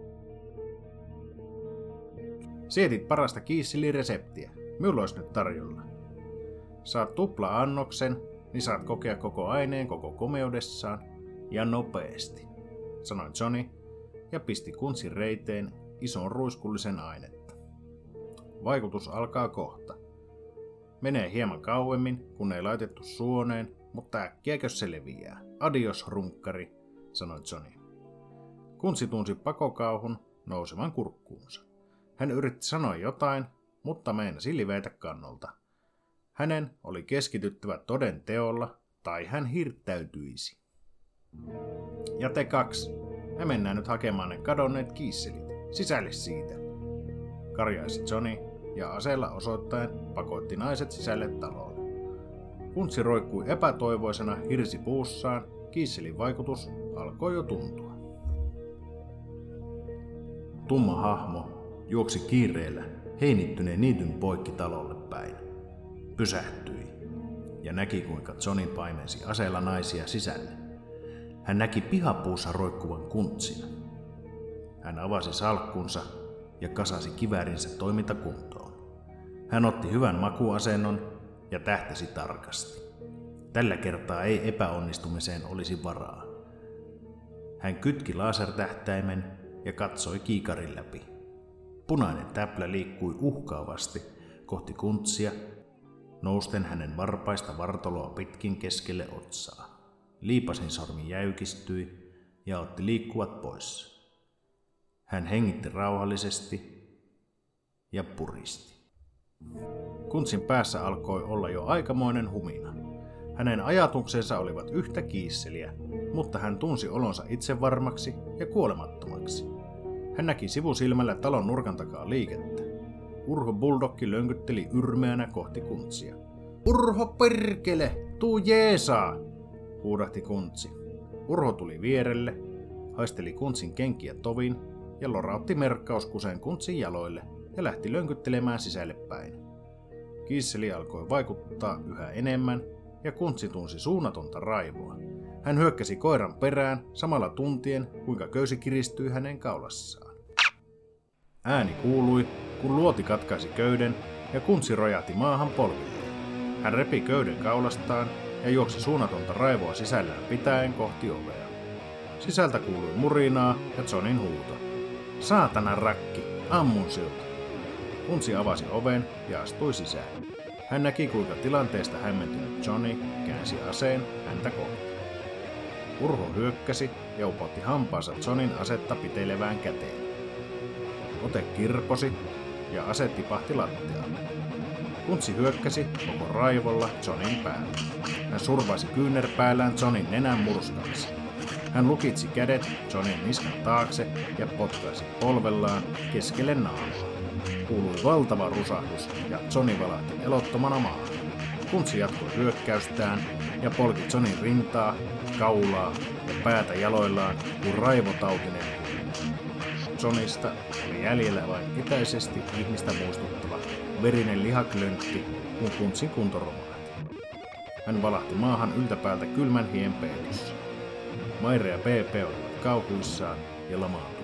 Sietit parasta kiisselireseptiä. Minulla olisi nyt tarjolla. Saat tupla-annoksen, niin saat kokea koko aineen koko komeudessaan ja nopeasti, sanoi Johnny ja pisti Kuntsin reiteen ison ruiskullisen ainetta. Vaikutus alkaa kohta. Menee hieman kauemmin, kun ei laitettu suoneen, mutta äkkiäkö se leviää. Adios, runkkari, sanoi Johnny. Kuntsi tunsi pakokauhun nousevan kurkkuunsa. Hän yritti sanoa jotain, mutta meinasi livetä kannolta. Hänen oli keskityttävä toden teolla, tai hän hirttäytyisi. Ja te kaksi, me mennään nyt hakemaan ne kadonneet kiisselit. Sisälle siitä, karjaisi Johnny ja aseella osoittaen pakotti naiset sisälle taloon. Kuntsi roikkui epätoivoisena hirsi puussaan, kiisselin vaikutus alkoi jo tuntua. Tumma hahmo juoksi kiireellä heinittyneen niityn poikki talolle päin. Pysähtyi ja näki, kuinka Johnny paimensi aseella naisia sisälle. Hän näki pihapuussa roikkuvan Kuntsin. Hän avasi salkkunsa ja kasasi kiväärinsä toimintakuntoon. Hän otti hyvän makuasennon ja tähtäsi tarkasti. Tällä kertaa ei epäonnistumiseen olisi varaa. Hän kytki lasertähtäimen ja katsoi kiikarin läpi. Punainen täplä liikkui uhkaavasti kohti Kuntsia, nousten hänen varpaista vartaloa pitkin keskelle otsaa. Liipasin sormi jäykistyi ja otti liikkuvat pois. Hän hengitti rauhallisesti ja puristi. Kuntsin päässä alkoi olla jo aikamoinen humina. Hänen ajatuksensa olivat yhtä kiisseliä, mutta hän tunsi olonsa itsevarmaksi ja kuolemattomaksi. Hän näki sivusilmällä talon nurkan takaa liikettä. Urho Bulldogki lönkytteli yrmeänä kohti Kuntsia. Urho perkele, tuu jeesaa, huudahti Kuntsi. Urho tuli vierelle, haisteli Kuntsin kenkiä tovin ja lorautti merkkauskuseen Kuntsin jaloille ja lähti lönkyttelemään sisälle päin. Kiisseli alkoi vaikuttaa yhä enemmän ja Kuntsi tunsi suunnatonta raivoa. Hän hyökkäsi koiran perään samalla tuntien, kuinka köysi kiristyi hänen kaulassaan. Ääni kuului, kun luoti katkaisi köyden ja kuntsi rojahti maahan polvilleen. Hän repi köyden kaulastaan ja juoksi suunnatonta raivoa sisällään pitäen kohti ovea. Sisältä kuului murinaa ja Johnin huuto. Saatanan rakki, ammun siltä. Kuntsi avasi oven ja astui sisään. Hän näki, kuinka tilanteesta hämmentynyt Johnny käänsi aseen häntä kohti. Urho hyökkäsi ja upotti hampaansa Johnin asetta piteilevään käteen. Ote kirposi ja ase tipahti lattialle. Kuntsi hyökkäsi koko raivolla Johnin päälle. Hän survaisi kyynärpäällään Johnin nenän murskaksi. Hän lukitsi kädet Johnin niskan taakse ja potkaisi polvellaan keskelle naamaa. Kuului valtava rusahdus ja Johnny valahti elottomana maahan. Kuntsi jatkoi hyökkäystään ja polki Johnin rintaa, kaulaa ja päätä jaloillaan kuin raivotautinen. Johnnysta oli jäljellä vain etäisesti ihmistä muistuttava verinen lihaklöntti, kun Kuntsin kunto romahti. Hän valahti maahan yltäpäältä kylmän hien peitossa. Maire ja PP olivat kauhuissaan ja lamaantuneita.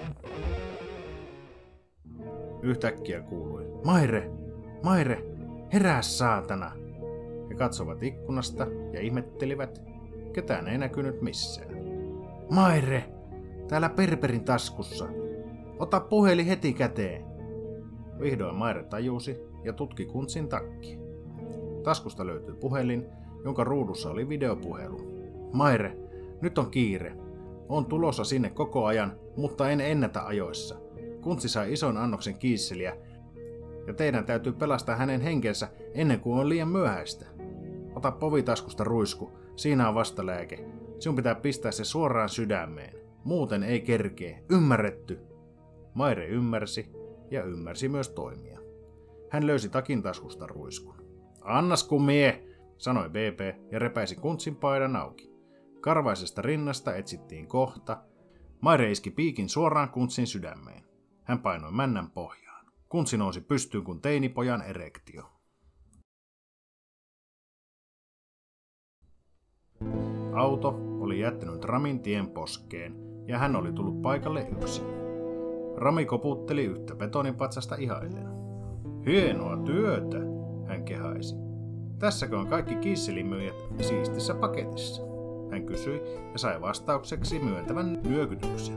Yhtäkkiä kuului, Maire! Maire! Herää saatana! He katsovat ikkunasta ja ihmettelivät, ketään ei näkynyt missään. Maire! Täällä Perperin taskussa! Ota puhelin heti käteen! Vihdoin Maire tajusi ja tutki Kuntsin takkia. Taskusta löytyi puhelin, jonka ruudussa oli videopuhelu. Maire, nyt on kiire. Olen tulossa sinne koko ajan, mutta en ennätä ajoissa. Kuntsi sai ison annoksen kiisseliä ja teidän täytyy pelastaa hänen henkensä ennen kuin on liian myöhäistä. Ota povitaskusta ruisku, siinä on vastalääke. Sinun pitää pistää se suoraan sydämeen. Muuten ei kerkee. Ymmärretty? Maire ymmärsi ja ymmärsi myös toimia. Hän löysi takin taskusta ruiskun. Annas kun mie, sanoi BP ja repäisi Kuntsin paidan auki. Karvaisesta rinnasta etsittiin kohta. Maire iski piikin suoraan Kuntsin sydämeen. Hän painoi männän pohjaan. Kuntsi nousi pystyyn kuin teinipojan erektio. Auto oli jättänyt Ramin tien poskeen ja hän oli tullut paikalle yksin. Rami koputteli yhtä betonipatsasta ihaillen. Hienoa työtä, hän kehaisi. Tässäkö on kaikki kiisselimyyjät siistissä paketissa? Hän kysyi ja sai vastaukseksi myöntävän nyökytyksen.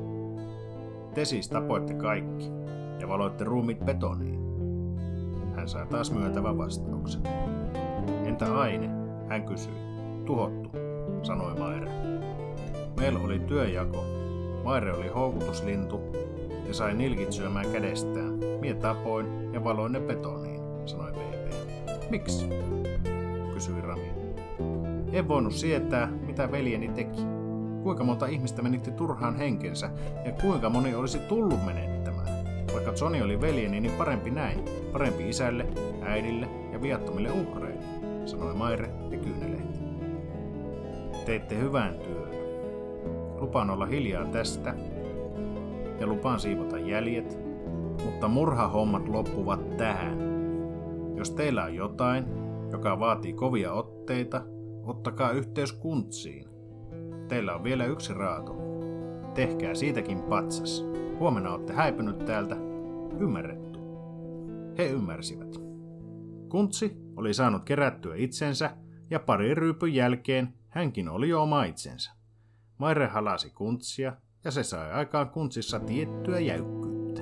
Te siis tapoitte kaikki ja valoitte ruumit betoniin. Hän sai taas myöntävän vastauksen. Entä aine? Hän kysyi. Tuhottu, sanoi Maire. Meillä oli työjako. Maire oli houkutuslintu ja sai nilkit syömään kädestään. Mie tapoin ja valoin ne betoniin, sanoi BP. Miksi? Kysyi Rami. En voinut sietää, mitä veljeni teki. Kuinka monta ihmistä menitti turhaan henkensä ja kuinka moni olisi tullut menettämään. Vaikka Johnny oli veljeni, niin parempi näin. Parempi isälle, äidille ja viattomille uhreille, sanoi Maire ja kyynelehti. Teitte hyvän työn. Lupaan olla hiljaa tästä ja lupaan siivota jäljet, mutta murhahommat loppuvat tähän. Jos teillä on jotain, joka vaatii kovia otteita, ottakaa yhteys Kuntsiin. Teillä on vielä yksi raato. Tehkää siitäkin patsas. Huomenna olette häipynyt täältä. Ymmärretty. He ymmärsivät. Kuntsi oli saanut kerättyä itsensä ja pari ryypyn jälkeen hänkin oli jo oma itsensä. Maire halasi Kuntsia ja se sai aikaan Kuntsissa tiettyä jäykkyyttä.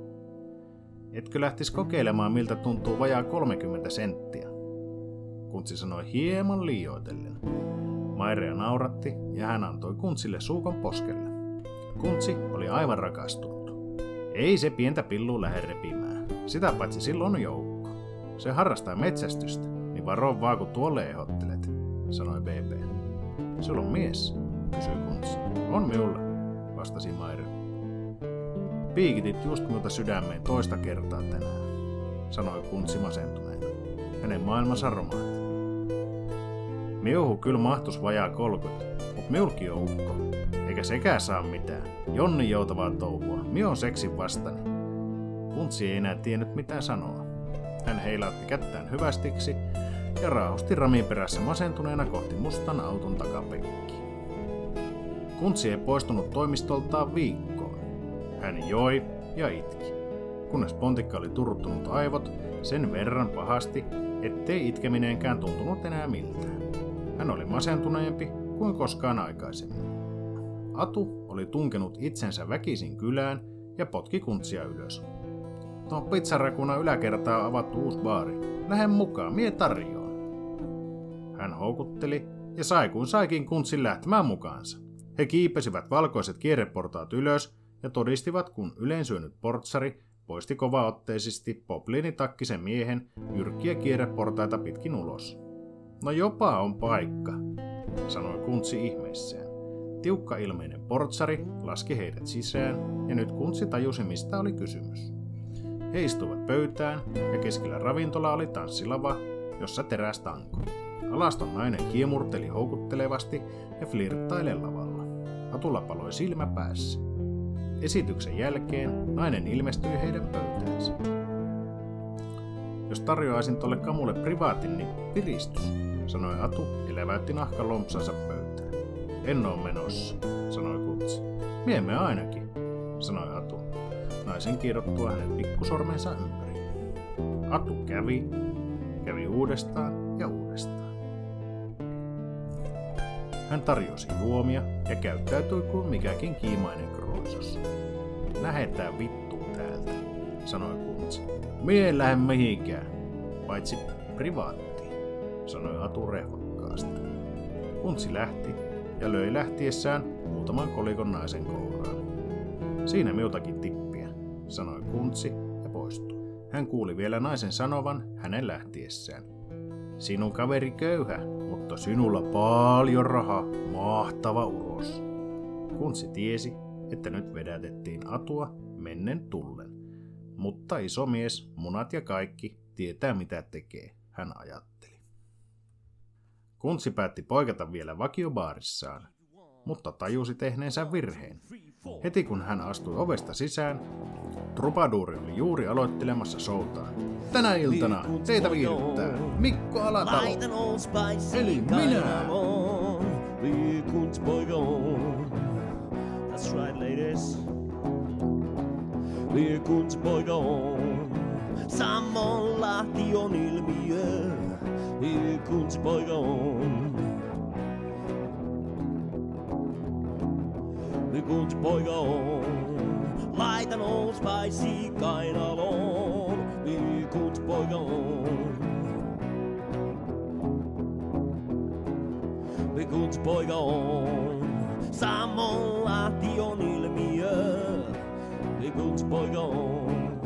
Etkö lähtis kokeilemaan, miltä tuntuu vajaa 30 senttiä? Kuntsi sanoi hieman liioitellen. Mairea nauratti ja hän antoi Kuntsille suukon poskelle. Kuntsi oli aivan rakastunut. Ei se pientä pillua lähde repimään. Sitä paitsi silloin on joukko. Se harrastaa metsästystä, niin varo vaan kun tuolle ehdottelet, sanoi BP. Sulla on mies, kysyi Kuntsi. On minulla, vastasi Maire. Piikitit just minulta sydämeen toista kertaa tänään, sanoi Kuntsi masentuneena. Hänen maailmansa romahti. Miuhu kyllä mahtus vajaa 30, mut miulki on ukko. Eikä sekään saa mitään. Jonni joutavaa touhua. Mie on seksin vastani. Kuntsi ei enää tiennyt mitään sanoa. Hän heilautti kättään hyvästiksi ja raahusti Ramin perässä masentuneena kohti mustan auton takapenkkiä. Kuntsi ei poistunut toimistoltaan viikkoon. Hän joi ja itki, kunnes pontikka oli turruttunut aivot sen verran pahasti, ettei itkeminenkään tuntunut enää miltään. Hän oli masentuneempi kuin koskaan aikaisemmin. Atu oli tunkenut itsensä väkisin kylään ja potki Kuntsia ylös. Tuon pizzarakunan yläkertaan on avattu uusi baari. Lähde mukaan, mie tarjoan. Hän houkutteli ja sai kuin saikin Kuntsin lähtemään mukaansa. He kiipesivät valkoiset kierreportaat ylös ja todistivat, kun yleensyönyt portsari poisti kovaotteisesti popliinitakkisen miehen jyrkkiä kierreportaita pitkin ulos. No jopa on paikka, sanoi Kuntsi ihmeissään. Tiukka-ilmeinen portsari laski heidät sisään ja nyt Kuntsi tajusi, mistä oli kysymys. He istuivat pöytään ja keskellä ravintola oli tanssilava, jossa teräs tanko. Alaston nainen kiemurteli houkuttelevasti ja flirttailen lavalla. Atulla paloi silmä päässä. Esityksen jälkeen nainen ilmestyi heidän pöytäänsä. Jos tarjoaisin tolle kamulle privaatin, niin piristys, sanoi Atu ja läväytti nahkalompsansa pöytään. En oo menossa, sanoi Kuntsi. Miemme ainakin, sanoi Atu, naisen kiirottua hänen pikkusormensa ympäri. Atu kävi uudestaan ja uudestaan. Hän tarjosi juomia ja käyttäytyi kuin mikäkin kiimainen kroisos. Lähetään vittuun täältä, sanoi Kuntsi. Mie en lähde mihinkään, paitsi privaattiin, sanoi Atu rehvakkaasti. Kuntsi lähti ja löi lähtiessään muutaman kolikon naisen kouraan. Siinä minultakin tippiä, sanoi Kuntsi ja poistui. Hän kuuli vielä naisen sanovan hänen lähtiessään. Sinun kaveri köyhä, mutta sinulla paljon rahaa, mahtava uros. Kuntsi tiesi, että nyt vedätettiin Atua mennen tullen. Mutta iso mies, munat ja kaikki, tietää mitä tekee, hän ajatteli. Kuntsi päätti poikata vielä vakiobaarissaan, mutta tajusi tehneensä virheen. Heti kun hän astui ovesta sisään, trubaduuri oli juuri aloittelemassa showtaan. Tänä iltana teitä viihdyttää Mikko Alatalo, eli minä. That's right, ladies. Kuntspoika on. Sammon Lahti on ilmiö. Kuntspoika on. Kuntspoika on. Laita nous vaisi kainaloon. Kuntspoika on. Kuntspoika on. Sammon Lahti on ilmiö. Kuntspoika on.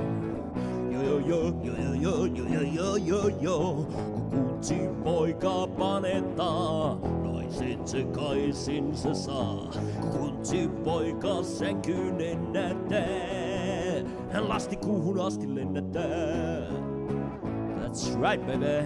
Jo. Kun kuntsipoika panettaa, naiset sekaisin se saa. Kun kuntsipoika sänkyyn ennättää, hän lasti kuuhun asti lennättää. That's right, baby.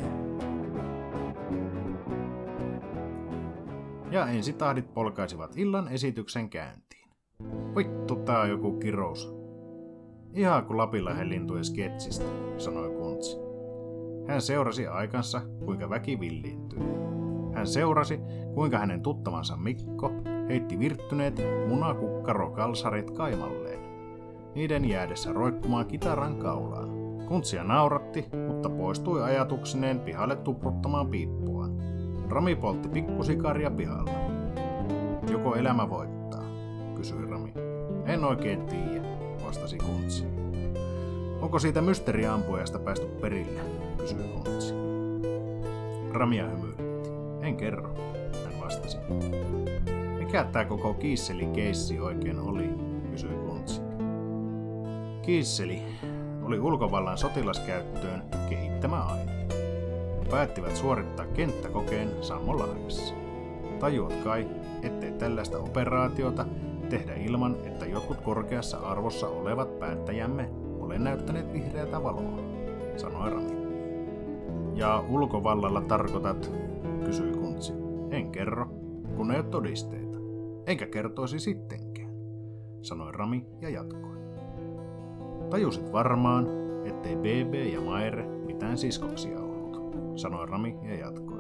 Ja ensitahdit polkaisivat illan esityksen käyntiin. Vittu, tää on joku kirous. Ihan kuin Lapinlahden lintujen sketsistä, sanoi Kuntsi. Hän seurasi aikansa, kuinka väki villiintyi. Hän seurasi, kuinka hänen tuttavansa Mikko heitti virttyneet munakukkarokalsarit kaimalleen, niiden jäädessä roikkumaan kitaran kaulaan. Kuntsia nauratti, mutta poistui ajatuksineen pihalle tupruttamaan piippuaan. Rami poltti pikkusikaria pihalla. Joko elämä voittaa, kysyi Rami. En oikein tiedä, vastasi Kuntsi. Onko siitä mysteeriampujasta päästy perille, kysyi Kuntsi. Ramia hymyilytti. En kerro, hän vastasi. Mikä tää koko Kiisseli-keissi oikein oli, kysyi Kuntsi. Kiisseli oli ulkovallan sotilaskäyttöön kehittämä aine. Päättivät suorittaa kenttäkokeen Sammolahdessa. Tajuat kai, ettei tällaista operaatiota tehdä ilman, että jotkut korkeassa arvossa olevat päättäjämme ole näyttäneet vihreätä valoa, sanoi Rami. Ja ulkovallalla tarkoitat, kysyi Kuntsi. En kerro, kun ei ole todisteita. Enkä kertoisi sittenkään, sanoi Rami ja jatkoi. Tajusit varmaan, ettei BB ja Maire mitään siskoksia ollut. sanoi Rami ja jatkoi.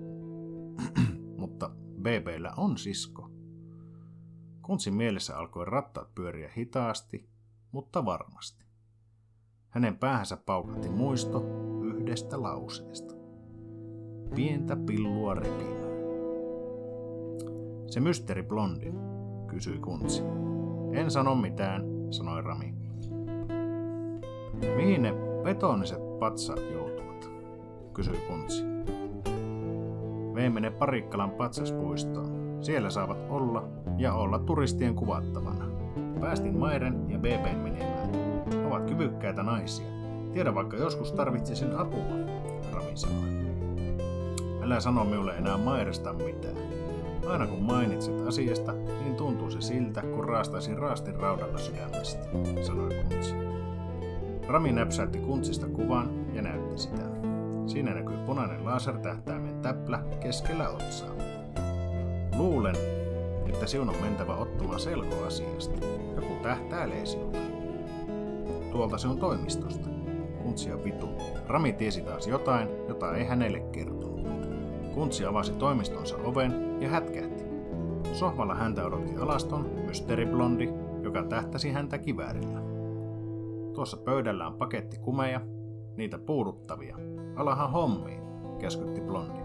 Mutta BB:llä on sisko. Kuntsin mielessä alkoi rattaat pyöriä hitaasti, mutta varmasti. Hänen päähänsä paukahti muisto yhdestä lauseesta. Pientä pillua repimään. Se mysteeriblondi, kysyi Kuntsi. En sano mitään, sanoi Rami. Mihin ne betoniset patsaat joutuvat, kysyi Kuntsi. Veimme ne Parikkalan patsaspuistoon. Siellä saavat olla turistien kuvattavana. Päästin Mairen ja BB:n menemään. Ovat kyvykkäitä naisia. Tiedä vaikka joskus tarvitsisin apua, Rami sanoi. Älä sano minulle enää Mairesta mitään. Aina kun mainitset asiasta, niin tuntuu se siltä, kun raastaisin raastin raudalla sydämestä, sanoi Kuntsi. Rami näpsäytti Kuntsista kuvan ja näytti sitä. Siinä näkyi punainen lasertähtäimen täplä keskellä otsaa. Luulen, että sinun on mentävä ottamaan selkoasiasta. Joku tähtäilee sinulta. Tuolta sinun toimistosta. Kuntsia vitu. Rami tiesi taas jotain, jota ei hänelle kertonut. Kuntsi avasi toimistonsa oven ja hätkähti. Sohvalla häntä odotti alaston mysteeriblondi, joka tähtäsi häntä kiväärillä. Tuossa pöydällä on paketti kumeja, niitä puuduttavia. Alahan hommiin, käskytti blondi.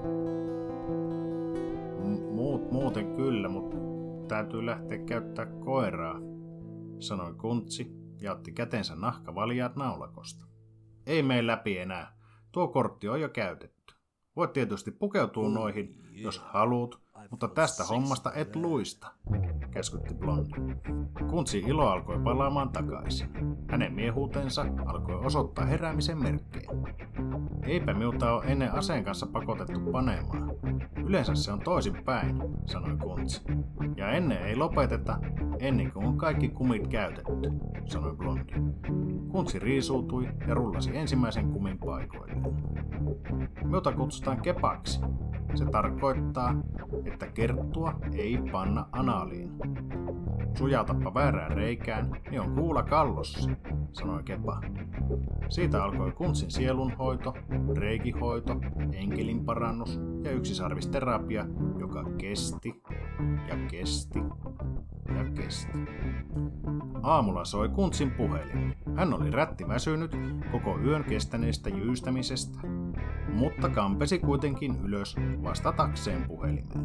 Muuten kyllä, mutta täytyy lähteä käyttää koiraa, sanoi Kuntsi ja otti kätensä nahkavaljaat naulakosta. Ei mene läpi enää, tuo kortti on jo käytetty. Voit tietysti pukeutua noihin, jos haluut, mutta tästä hommasta et luista, käskytti blondi. Kuntsin ilo alkoi palaamaan takaisin. Hänen miehuutensa alkoi osoittaa heräämisen merkkejä. Eipä minulta ole ennen aseen kanssa pakotettu panemaan. Yleensä se on toisinpäin, sanoi Kuntsi. Ja ennen ei lopeteta, ennen kuin on kaikki kumit käytetty, sanoi blondi. Kuntsi riisuutui ja rullasi ensimmäisen kumin paikoilleen. Minulta kutsutaan kepaksi. Se tarkoittaa, että kerttua ei panna anaaliin. Sujautappa väärään reikään, niin on kuula kallossa, sanoi Kepa. Siitä alkoi Kuntsin sielunhoito, reikihoito, enkelin parannus ja yksisarvisterapia, joka kesti ja kesti ja kesti. Aamulla soi Kuntsin puhelin. Hän oli rättiväsynyt koko yön kestäneestä jyystämisestä, mutta kampesi kuitenkin ylös vastatakseen puhelimeen.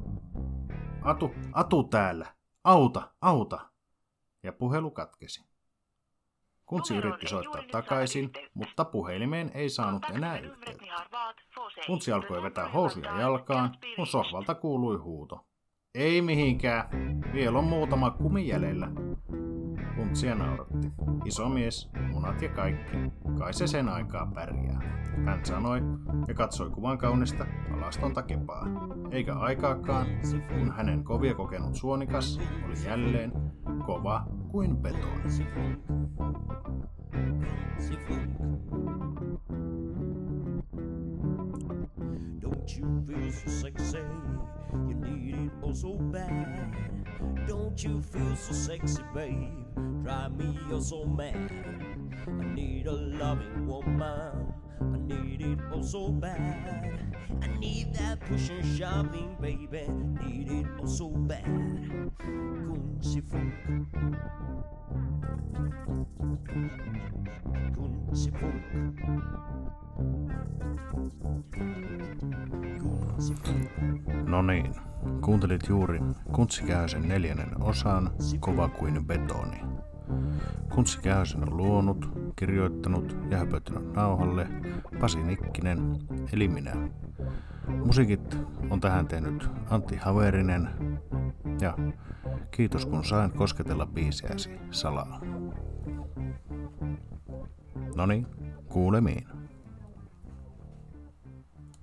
Atu täällä! Auta! Ja puhelu katkesi. Kuntsi yritti soittaa takaisin, mutta puhelimeen ei saanut enää yhteyttä. Kuntsi alkoi vetää housuja jalkaan, kun sohvalta kuului huuto. Ei mihinkään, vielä on muutama kumi jäljellä. Kuntsia nauratti. Iso mies, munat ja kaikki, kai se sen aikaa pärjää. Hän sanoi ja katsoi kuvan kaunista alastonta Kepaa. Eikä aikaakaan, kun hänen kovia kokenut suonikas oli jälleen kova kuin betoni. Don't you feel so sexy? You need it oh so bad. Don't you feel so sexy, babe? Drive me oh so mad. I need a loving woman. I need it oh so bad. I need that push and shoving, baby. Need it oh so bad. Kunzi funk. Kunzi funk. No niin, kuuntelit juuri Kuntsi Kähösen 4. osan Kova kuin betoni. Kuntsi Kähösen on luonut, kirjoittanut ja höpöttänyt nauhalle Pasi Nikkinen eli minä. Musiikit on tähän tehnyt Antti Haverinen ja kiitos kun sain kosketella biisiäsi salaa. Noniin, kuulemiin.